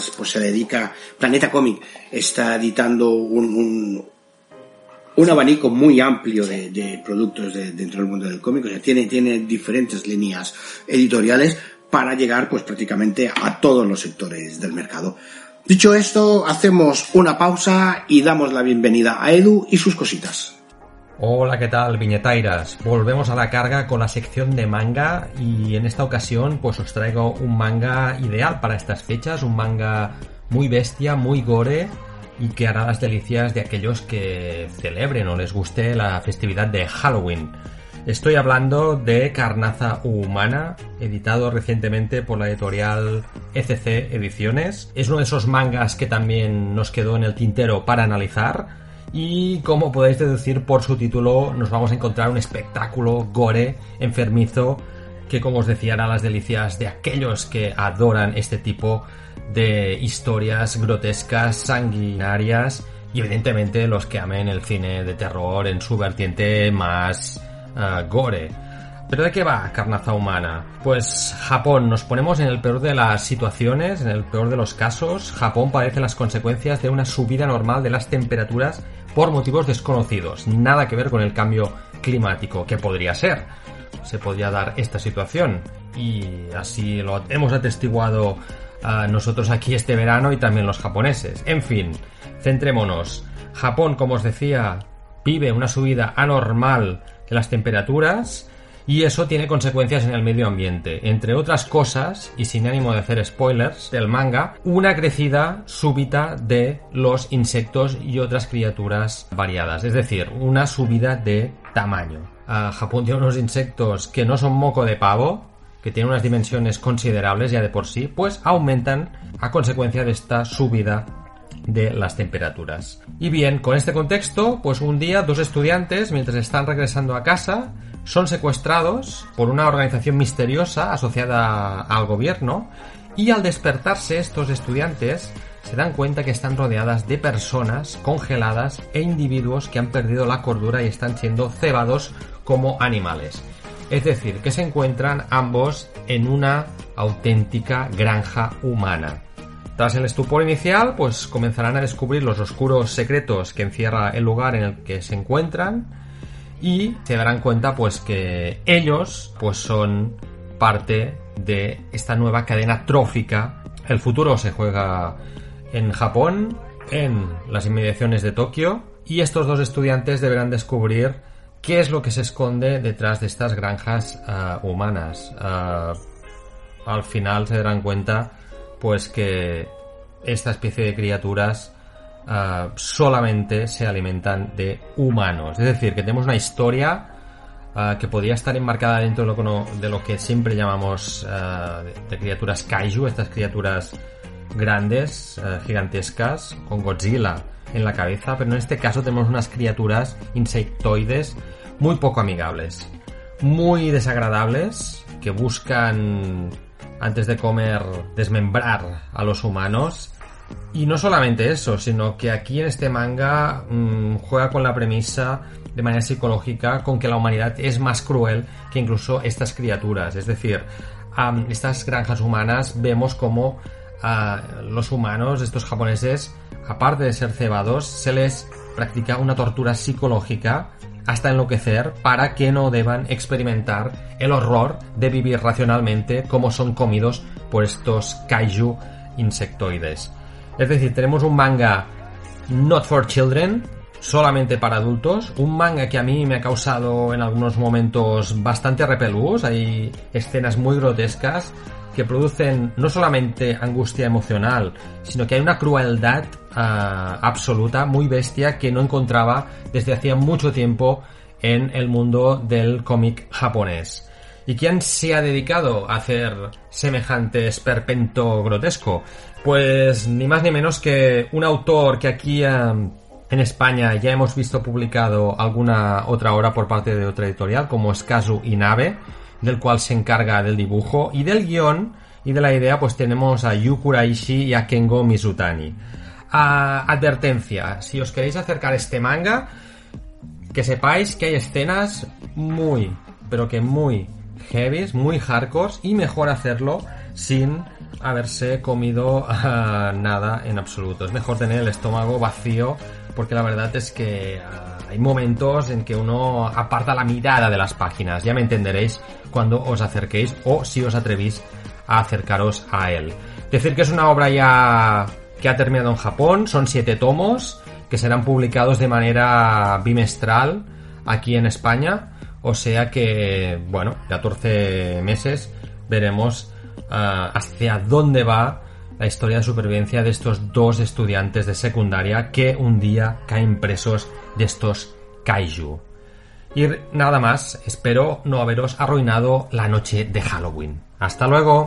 Cómic está editando un abanico muy amplio de productos dentro del mundo del cómic. O sea, tiene diferentes líneas editoriales para llegar pues prácticamente a todos los sectores del mercado. Dicho esto, hacemos una pausa y damos la bienvenida a Edu y sus cositas. Hola, ¿qué tal, viñetairas? Volvemos a la carga con la sección de manga y en esta ocasión pues os traigo un manga ideal para estas fechas, un manga muy bestia, muy gore y que hará las delicias de aquellos que celebren o les guste la festividad de Halloween. Estoy hablando de Carnaza Humana, editado recientemente por la editorial ECC Ediciones. Es uno de esos mangas que también nos quedó en el tintero para analizar y, como podéis deducir por su título, nos vamos a encontrar un espectáculo gore, enfermizo, que, como os decía, hará las delicias de aquellos que adoran este tipo de historias grotescas, sanguinarias y, evidentemente, los que amen el cine de terror en su vertiente más... gore. ¿Pero de qué va Carnaza Humana? Pues Japón, nos ponemos en el peor de las situaciones, en el peor de los casos. Japón padece las consecuencias de una subida normal de las temperaturas por motivos desconocidos. Nada que ver con el cambio climático, que podría ser. Se podría dar esta situación y así lo hemos atestiguado nosotros aquí este verano y también los japoneses. En fin, centrémonos. Japón, como os decía, vive una subida anormal de las temperaturas y eso tiene consecuencias en el medio ambiente. Entre otras cosas, y sin ánimo de hacer spoilers del manga, una crecida súbita de los insectos y otras criaturas variadas. Es decir, una subida de tamaño. Japón tiene unos insectos que no son moco de pavo, que tienen unas dimensiones considerables ya de por sí, pues aumentan a consecuencia de esta subida de las temperaturas. Y bien, con este contexto, pues un día 2 estudiantes, mientras están regresando a casa, son secuestrados por una organización misteriosa asociada al gobierno, y al despertarse estos estudiantes se dan cuenta que están rodeadas de personas congeladas e individuos que han perdido la cordura y están siendo cebados como animales. Es decir, que se encuentran ambos en una auténtica granja humana. Tras el estupor inicial, pues comenzarán a descubrir los oscuros secretos que encierra el lugar en el que se encuentran y se darán cuenta pues que ellos pues son parte de esta nueva cadena trófica. El futuro se juega en Japón, en las inmediaciones de Tokio, y estos 2 estudiantes deberán descubrir qué es lo que se esconde detrás de estas granjas humanas. Al final se darán cuenta pues que esta especie de criaturas solamente se alimentan de humanos. Es decir, que tenemos una historia que podría estar enmarcada dentro de lo que siempre llamamos de criaturas kaiju, estas criaturas grandes, gigantescas, con Godzilla en la cabeza, pero en este caso tenemos unas criaturas insectoides muy poco amigables, muy desagradables, que buscan antes de comer desmembrar a los humanos. Y no solamente eso, sino que aquí en este manga juega con la premisa de manera psicológica con que la humanidad es más cruel que incluso estas criaturas. Es decir, estas granjas humanas vemos como los humanos, estos japoneses, aparte de ser cebados, se les practica una tortura psicológica hasta enloquecer para que no deban experimentar el horror de vivir racionalmente como son comidos por estos kaiju insectoides. Es decir, tenemos un manga not for children, solamente para adultos, un manga que a mí me ha causado en algunos momentos bastante repelús. Hay escenas muy grotescas que producen no solamente angustia emocional, sino que hay una crueldad absoluta, muy bestia, que no encontraba desde hacía mucho tiempo en el mundo del cómic japonés. ¿Y quién se ha dedicado a hacer semejante esperpento grotesco? Pues ni más ni menos que un autor que aquí en España ya hemos visto publicado alguna otra obra por parte de otra editorial, como es Kazu Inabe, del cual se encarga del dibujo, y del guión y de la idea pues tenemos a Yu Kuraishi y a Kengo Mizutani. Advertencia, si os queréis acercar a este manga, que sepáis que hay escenas muy, pero que muy heavies, muy hardcore, y mejor hacerlo sin haberse comido nada en absoluto. Es mejor tener el estómago vacío, porque la verdad es que hay momentos en que uno aparta la mirada de las páginas. Ya me entenderéis cuando os acerquéis o si os atrevís a acercaros a él. Decir que es una obra ya que ha terminado en Japón, son 7 tomos que serán publicados de manera bimestral aquí en España, o sea que, bueno, 14 meses veremos hacia dónde va la historia de supervivencia de estos 2 estudiantes de secundaria que un día caen presos de estos kaiju. Y nada más, espero no haberos arruinado la noche de Halloween. ¡Hasta luego!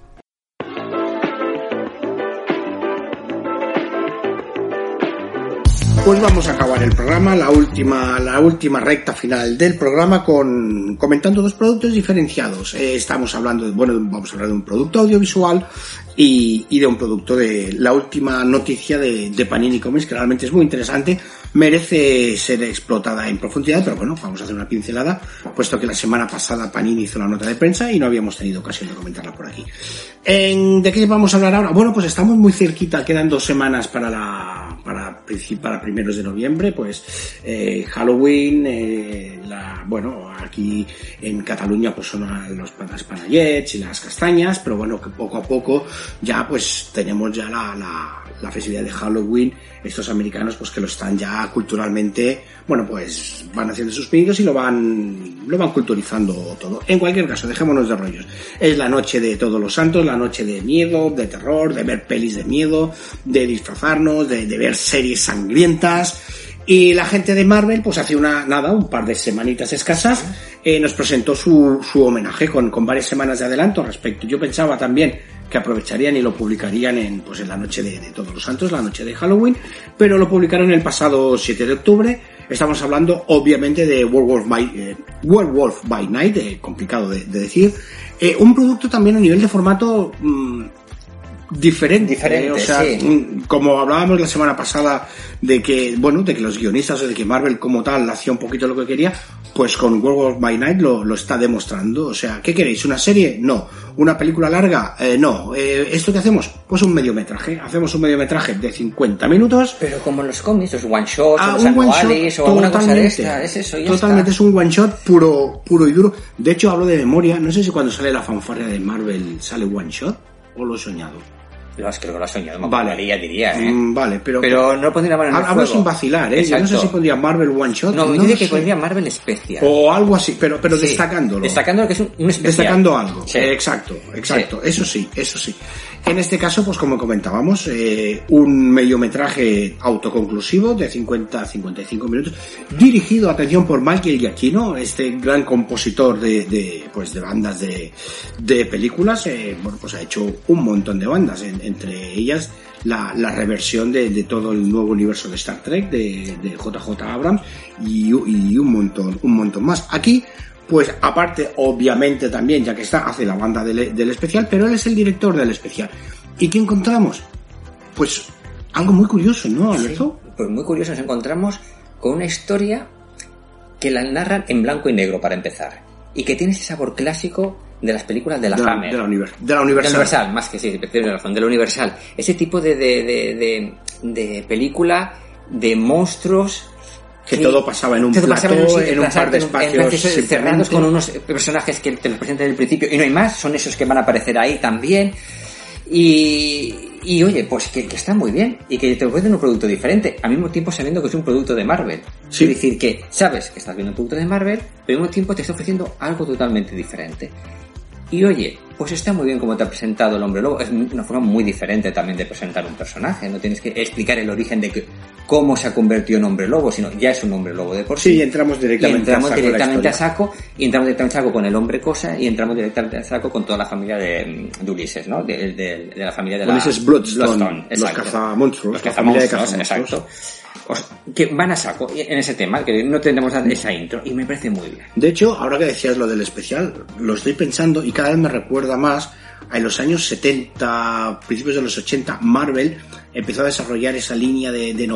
Pues vamos a acabar el programa, la última recta final del programa, comentando 2 productos diferenciados. Estamos hablando vamos a hablar de un producto audiovisual y de un producto de la última noticia de Panini Comics, que realmente es muy interesante, merece ser explotada en profundidad, pero bueno, vamos a hacer una pincelada, puesto que la semana pasada Panini hizo la nota de prensa y no habíamos tenido ocasión de comentarla por aquí. ¿De qué vamos a hablar ahora? Bueno, pues estamos muy cerquita, quedan 2 semanas para para primeros de noviembre, pues Halloween, bueno, aquí en Cataluña pues son los panayets y las castañas, pero bueno, que poco a poco ya pues tenemos ya la festividad de Halloween, estos americanos pues que lo están ya culturalmente, bueno, pues van haciendo sus pinitos y lo van culturizando todo. En cualquier caso, dejémonos de rollos. Es la noche de Todos los Santos, la noche de miedo, de terror, de ver pelis de miedo, de disfrazarnos, de ver series sangrientas. Y la gente de Marvel, pues hace un par de semanitas escasas, nos presentó su homenaje con varias semanas de adelanto respecto. Yo pensaba también que aprovecharían y lo publicarían en la noche de Todos los Santos, la noche de Halloween, pero lo publicaron el pasado 7 de octubre. Estamos hablando, obviamente, de Werewolf by Night, complicado de decir. Un producto también a nivel de formato diferente, o sea, sí. Como hablábamos la semana pasada de que los guionistas o de que Marvel como tal hacía un poquito lo que quería, pues con Werewolf by Night lo está demostrando. O sea, ¿qué queréis? ¿Una serie? No. ¿Una película larga? No. ¿Esto qué hacemos? Pues un mediometraje. Hacemos un mediometraje de 50 minutos. Pero como en los cómics, los one shots, o los anuales, o alguna cosa de esta, es eso, ya totalmente está. Es un one shot puro y duro. De hecho, hablo de memoria, no sé si cuando sale la fanfarria de Marvel sale one shot o lo he soñado. Creo que lo has soñado, vale. Diría, Vale, pero no pondría Marvel en el hablo sin vacilar, Yo no sé si pondría Marvel One Shot. No, dice que pondría Marvel Special. O algo así, pero sí, destacándolo. Destacando que es un especial. Destacando algo. Sí. Exacto. Sí. Eso sí. En este caso, pues como comentábamos, un mediometraje autoconclusivo de 50-55 minutos, dirigido, atención, por Michael Giacchino, este gran compositor de bandas de películas. Pues ha hecho un montón de bandas, entre ellas la reversión de todo el nuevo universo de Star Trek de JJ Abrams y un montón más. Aquí, pues aparte, obviamente también, ya que hace la banda del especial, pero él es el director del especial. ¿Y qué encontramos? Pues algo muy curioso, ¿no, Alberto? Sí, pues muy curioso. Nos encontramos con una historia que la narran en blanco y negro, para empezar, y que tiene ese sabor clásico de las películas de la Hammer. De la Universal. De la Universal, más que sí, tienes razón, de la Universal. Ese tipo de película de monstruos que todo pasaba en un plató, en un par de espacios cerrados, con unos personajes que te los presentan en el principio y no hay más, son esos que van a aparecer ahí también. Y oye, pues que está muy bien y que te ofrecen un producto diferente, al mismo tiempo sabiendo que es un producto de Marvel. Sí. Es decir, que sabes que estás viendo un producto de Marvel, pero al mismo tiempo te está ofreciendo algo totalmente diferente. Y oye, pues está muy bien como te ha presentado el Hombre Lobo. Es una forma muy diferente también de presentar un personaje. No tienes que explicar el origen de cómo se ha convertido en Hombre Lobo, sino ya es un Hombre Lobo de por sí. Sí, entramos directamente a saco con el Hombre Cosa y entramos directamente a saco con toda la familia de Ulises, ¿no? De la familia de Ulises Bloodstone, los cazamonstruos. Los cazamonstruos, exacto. Que van a saco en ese tema, que no tendremos esa intro, y me parece muy bien. De hecho, ahora que decías lo del especial, lo estoy pensando y cada vez me recuerda más a los años 70, principios de los 80, Marvel empezó a desarrollar esa línea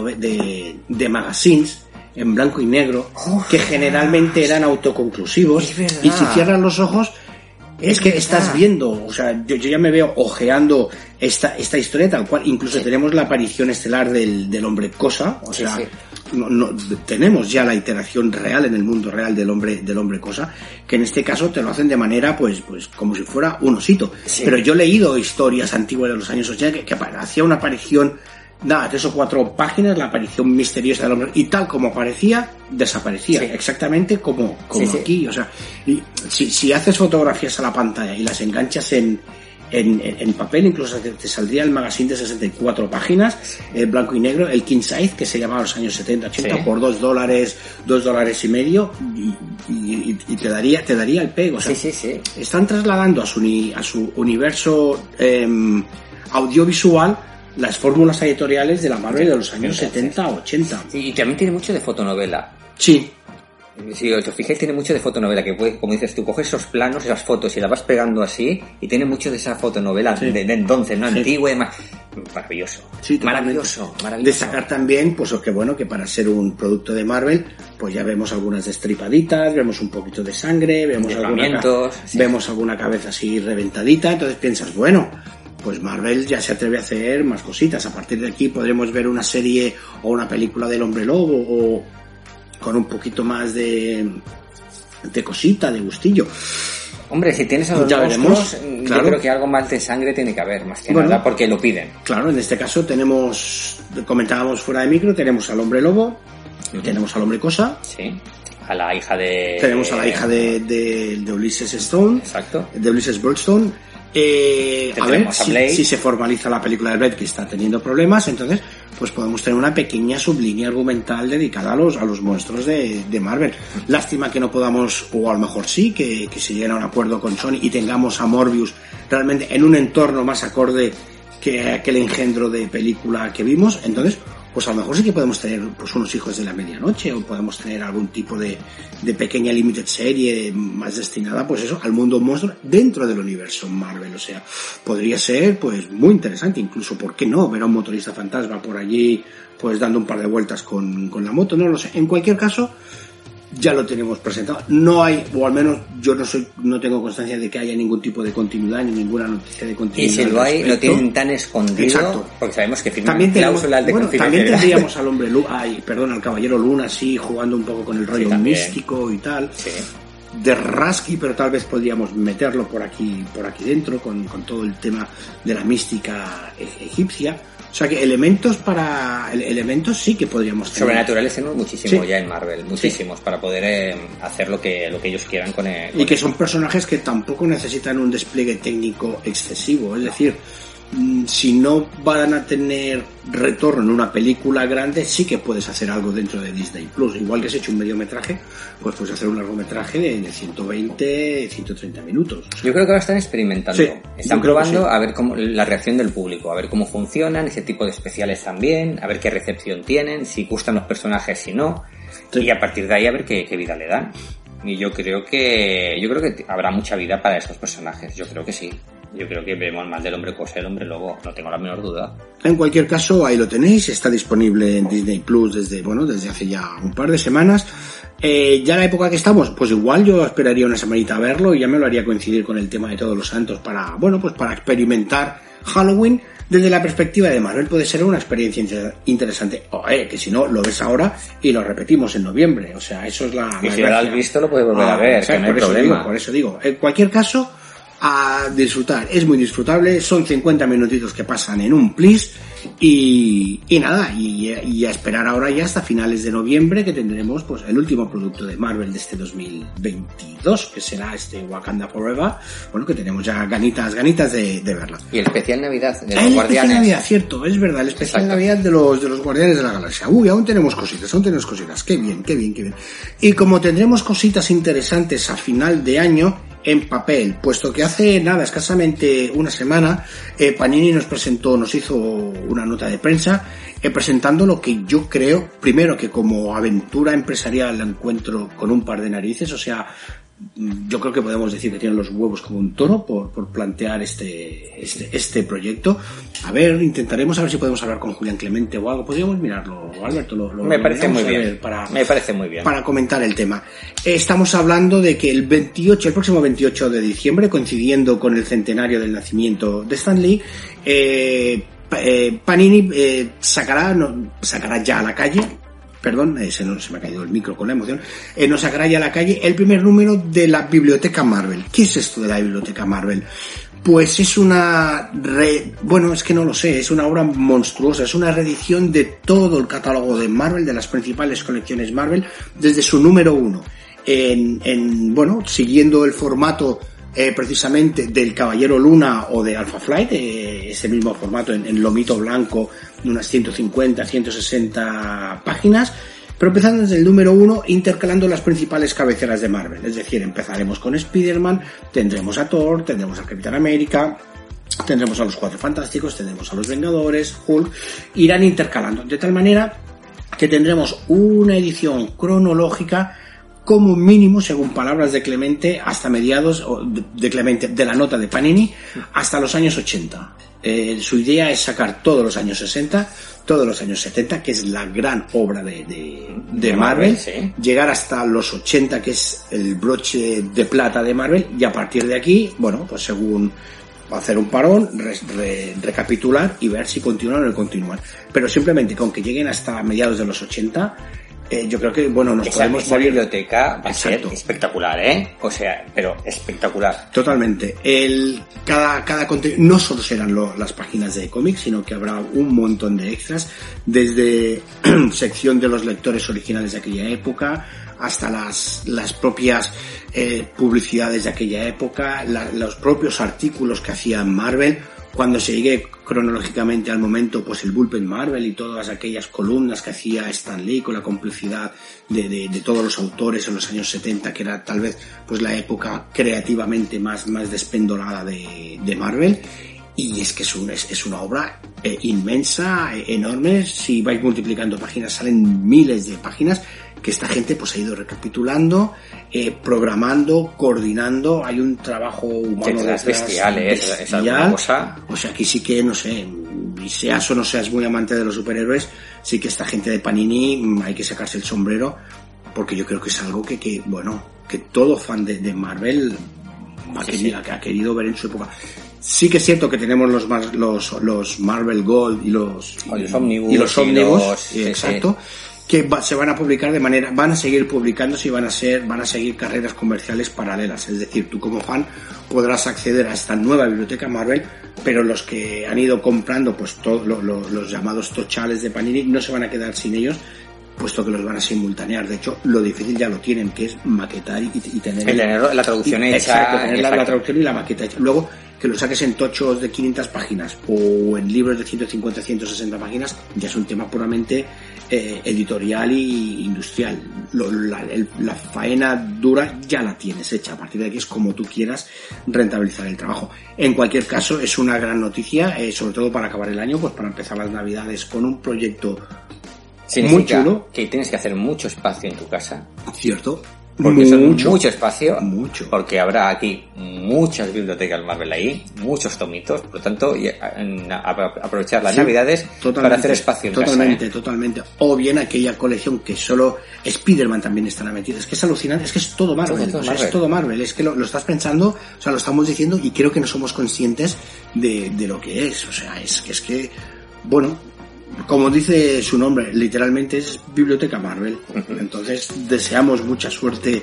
de magazines en blanco y negro, que generalmente eran autoconclusivos, y si cierras los ojos es que estás viendo, o sea, yo ya me veo ojeando esta historia tal cual. Incluso tenemos la aparición estelar del Hombre Cosa, o sea, no, tenemos ya la iteración real en el mundo real del hombre Cosa, que en este caso te lo hacen de manera pues como si fuera un osito. Pero yo he leído historias antiguas de los años 80 que hacía una aparición, 3 o 4 páginas, la aparición misteriosa del hombre, y tal como aparecía, desaparecía, exactamente como aquí. O sea, y si haces fotografías a la pantalla y las enganchas en papel, incluso te saldría el magazine de 64 páginas, blanco y negro, el King Size, que se llamaba en los años 70-80, por $2.50, y te daría el pego. O sea, están trasladando a su universo audiovisual las fórmulas editoriales de la Marvel de los años 70-80. Y también tiene mucho de fotonovela. Sí. Si os fijáis, tiene mucho de fotonovela, que puede, como dices tú, coges esos planos, esas fotos y las vas pegando así, y tiene mucho de esa fotonovela de entonces, ¿no? Antigua y demás. Maravilloso. Sí, maravilloso. Destacar también, pues que para ser un producto de Marvel, pues ya vemos algunas destripaditas, vemos un poquito de sangre, vemos alguna cabeza así reventadita, entonces piensas, bueno, pues Marvel ya se atreve a hacer más cositas. A partir de aquí podremos ver una serie o una película del Hombre Lobo, o con un poquito más de cosita, de gustillo. Hombre, si tienes a los monstruos, claro, yo creo que algo más de sangre tiene que haber, más que nada, porque lo piden. Claro, en este caso comentábamos fuera de micro, tenemos al Hombre Lobo, tenemos al Hombre Cosa. Sí. A la hija de... Tenemos a la hija de Ulysses Stone. Exacto. De Ulysses Broadstone. A ver si se formaliza la película de Blade, que está teniendo problemas, entonces pues podemos tener una pequeña sublínea argumental dedicada a los monstruos de Marvel. Lástima que no podamos, o a lo mejor sí, que se llegue a un acuerdo con Sony y tengamos a Morbius realmente en un entorno más acorde que aquel engendro de película que vimos. Entonces pues a lo mejor sí que podemos tener pues unos Hijos de la Medianoche, o podemos tener algún tipo de pequeña limited serie más destinada pues eso, al mundo monstruo dentro del universo Marvel. O sea, podría ser pues muy interesante, incluso ¿por qué no? Ver a un motorista fantasma por allí pues dando un par de vueltas con la moto, no lo sé. En cualquier caso, ya lo tenemos presentado. No hay, o al menos yo no tengo constancia de que haya ningún tipo de continuidad, ni ninguna noticia de continuidad. Y si lo hay, lo tienen tan escondido. Exacto. Porque sabemos que firman cláusulas de confidencialidad. También tendríamos al Caballero Luna, sí, jugando un poco con el rollo místico y tal. Sí. De Rasky, pero tal vez podríamos meterlo por aquí dentro, con todo el tema de la mística egipcia. O sea que elementos sí que podríamos tener. Sobrenaturales tenemos muchísimo ya en Marvel, muchísimos, para poder hacer lo que ellos quieran con él. Y que son personajes que tampoco necesitan un despliegue técnico excesivo, es decir, si no van a tener retorno en una película grande, sí que puedes hacer algo dentro de Disney Plus. Igual que has hecho un mediometraje, pues puedes hacer un largometraje de 120, 130 minutos. O sea, yo creo que ahora están experimentando. Están probando a ver cómo la reacción del público, a ver cómo funcionan, ese tipo de especiales también, a ver qué recepción tienen, si gustan los personajes, si no. Sí. Y a partir de ahí a ver qué vida le dan. Y yo creo que habrá mucha vida para esos personajes. Yo creo que sí. Yo creo que veremos más del Hombre Cosa y el Hombre Lobo, no tengo la menor duda. En cualquier caso, ahí lo tenéis, está disponible en Disney Plus desde hace ya un par de semanas. Ya la época que estamos, pues igual yo esperaría una semanita a verlo y ya me lo haría coincidir con el tema de Todos los Santos para experimentar Halloween desde la perspectiva de Marvel. Puede ser una experiencia interesante. Que si no, lo ves ahora y lo repetimos en noviembre. O sea, eso es la... Y si no lo has visto, lo puedes volver a ver, que no hay problema. Por eso digo, en cualquier caso, a disfrutar, es muy disfrutable, son 50 minutitos que pasan en un plis y nada, y a esperar ahora ya hasta finales de noviembre, que tendremos pues el último producto de Marvel de este 2022, que será este Wakanda Forever, bueno, que tenemos ya ganitas de verla. Y el especial Navidad de los Guardianes. El especial Navidad, cierto, es verdad, el especial Navidad de los Guardianes de la Galaxia. Aún tenemos cositas, qué bien. Y como tendremos cositas interesantes a final de año, en papel, puesto que hace nada, escasamente una semana, Panini nos hizo una nota de prensa presentando lo que yo creo, primero, que como aventura empresarial la encuentro con un par de narices. O sea, yo creo que podemos decir que tienen los huevos como un toro por plantear este proyecto. A ver, intentaremos a ver si podemos hablar con Julián Clemente o algo. Podríamos mirarlo, Alberto. Me parece muy bien. Me parece muy bien. Para comentar el tema. Estamos hablando de que el próximo 28 de diciembre, coincidiendo con el centenario del nacimiento de Stan Lee, Panini sacará ya a la calle. Perdón, se me ha caído el micro con la emoción. Nos sacará ya a la calle el primer número de la Biblioteca Marvel. ¿Qué es esto de la Biblioteca Marvel? Pues es es que no lo sé, es una obra monstruosa, es una reedición de todo el catálogo de Marvel, de las principales colecciones Marvel, desde su número 1. Siguiendo el formato precisamente del Caballero Luna o de Alpha Flight, ese mismo formato en lomito blanco de unas 150, 160 páginas, pero empezando desde el número 1, intercalando las principales cabeceras de Marvel. Es decir, empezaremos con Spider-Man, tendremos a Thor, tendremos a Capitán América, tendremos a los Cuatro Fantásticos, tendremos a los Vengadores, Hulk, irán intercalando, de tal manera que tendremos una edición cronológica como mínimo, según palabras de Clemente, hasta mediados de la nota de Panini, hasta los años 80. Su idea es sacar todos los años 60, todos los años 70, que es la gran obra de Marvel, sí. Llegar hasta los 80, que es el broche de plata de Marvel, y a partir de aquí, bueno, pues según hacer un parón, recapitular y ver si continúan o no continúan. Pero simplemente con que lleguen hasta mediados de los 80, yo creo que, bueno, nos podemos esa biblioteca va a ser Exacto. espectacular, o sea, pero espectacular. Totalmente. Cada contenido, no solo serán las páginas de cómics, sino que habrá un montón de extras, desde sección de los lectores originales de aquella época hasta las propias publicidades de aquella época, los propios artículos que hacía Marvel. Cuando se llegue cronológicamente al momento, pues el Bullpen Marvel y todas aquellas columnas que hacía Stan Lee con la complicidad de todos los autores en los años 70, que era tal vez pues la época creativamente más despendolada de Marvel. Y es que es una obra inmensa, enorme. Si vais multiplicando páginas, salen miles de páginas que esta gente pues ha ido recapitulando, programando, coordinando. Hay un trabajo humano bestial, es alguna cosa. O sea, aquí sí que, no sé, y seas o no seas muy amante de los superhéroes, sí que esta gente de Panini hay que sacarse el sombrero, porque yo creo que es algo que todo fan de Marvel ha querido ver en su época. Sí que es cierto que tenemos los Marvel Gold y los Omnibus, exacto, que se van a publicar van a seguir publicándose y van a seguir carreras comerciales paralelas. Es decir, tú como fan podrás acceder a esta nueva biblioteca Marvel, pero los que han ido comprando pues todos los llamados tochales de Panini no se van a quedar sin ellos, puesto que los van a simultanear. De hecho, lo difícil ya lo tienen, que es maquetar y tener la traducción hecha. Exacto, tener la traducción y la maqueta hecha. Luego, que lo saques en tochos de 500 páginas o en libros de 150, 160 páginas, ya es un tema puramente editorial y industrial. La faena dura ya la tienes hecha. A partir de aquí es como tú quieras rentabilizar el trabajo. En cualquier caso, es una gran noticia, sobre todo para acabar el año, pues para empezar las navidades con un proyecto muy chulo. Que tienes que hacer mucho espacio en tu casa. Cierto. Porque mucho espacio. Mucho. Porque habrá aquí muchas bibliotecas Marvel ahí, muchos tomitos. Por lo tanto, aprovechar las navidades para hacer espacio en casa. Totalmente. O bien aquella colección que solo Spider-Man también estará metida. Es que es alucinante, es que es todo Marvel. Es todo Marvel. Es que lo estás pensando, o sea, lo estamos diciendo y creo que no somos conscientes de lo que es. O sea, es que bueno, como dice su nombre, literalmente es Biblioteca Marvel. Entonces deseamos mucha suerte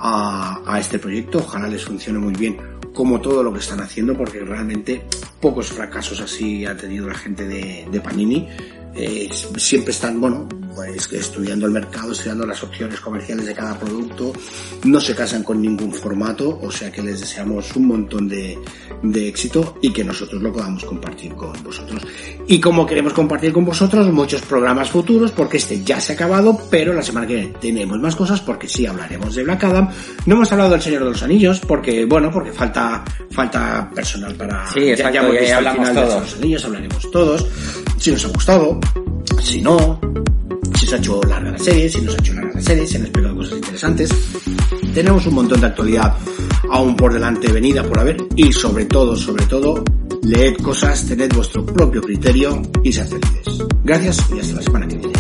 a este proyecto. Ojalá les funcione muy bien, como todo lo que están haciendo, porque realmente pocos fracasos así ha tenido la gente de Panini. Siempre están, pues estudiando el mercado, estudiando las opciones comerciales de cada producto. No se casan con ningún formato, o sea que les deseamos un montón de éxito y que nosotros lo podamos compartir con vosotros. Y como queremos compartir con vosotros muchos programas futuros, porque este ya se ha acabado, pero la semana que viene tenemos más cosas, porque sí hablaremos de Black Adam. No hemos hablado del Señor de los Anillos, porque falta personal para... Sí, exacto, ya hablamos todos. De los Anillos hablaremos todos. Si nos ha gustado, si no, si se ha hecho larga la serie, si no se ha hecho larga la serie, si han explicado cosas interesantes. Tenemos un montón de actualidad aún por delante, venida por haber, y sobre todo, leed cosas, tened vuestro propio criterio y sed felices. Gracias y hasta la semana que viene.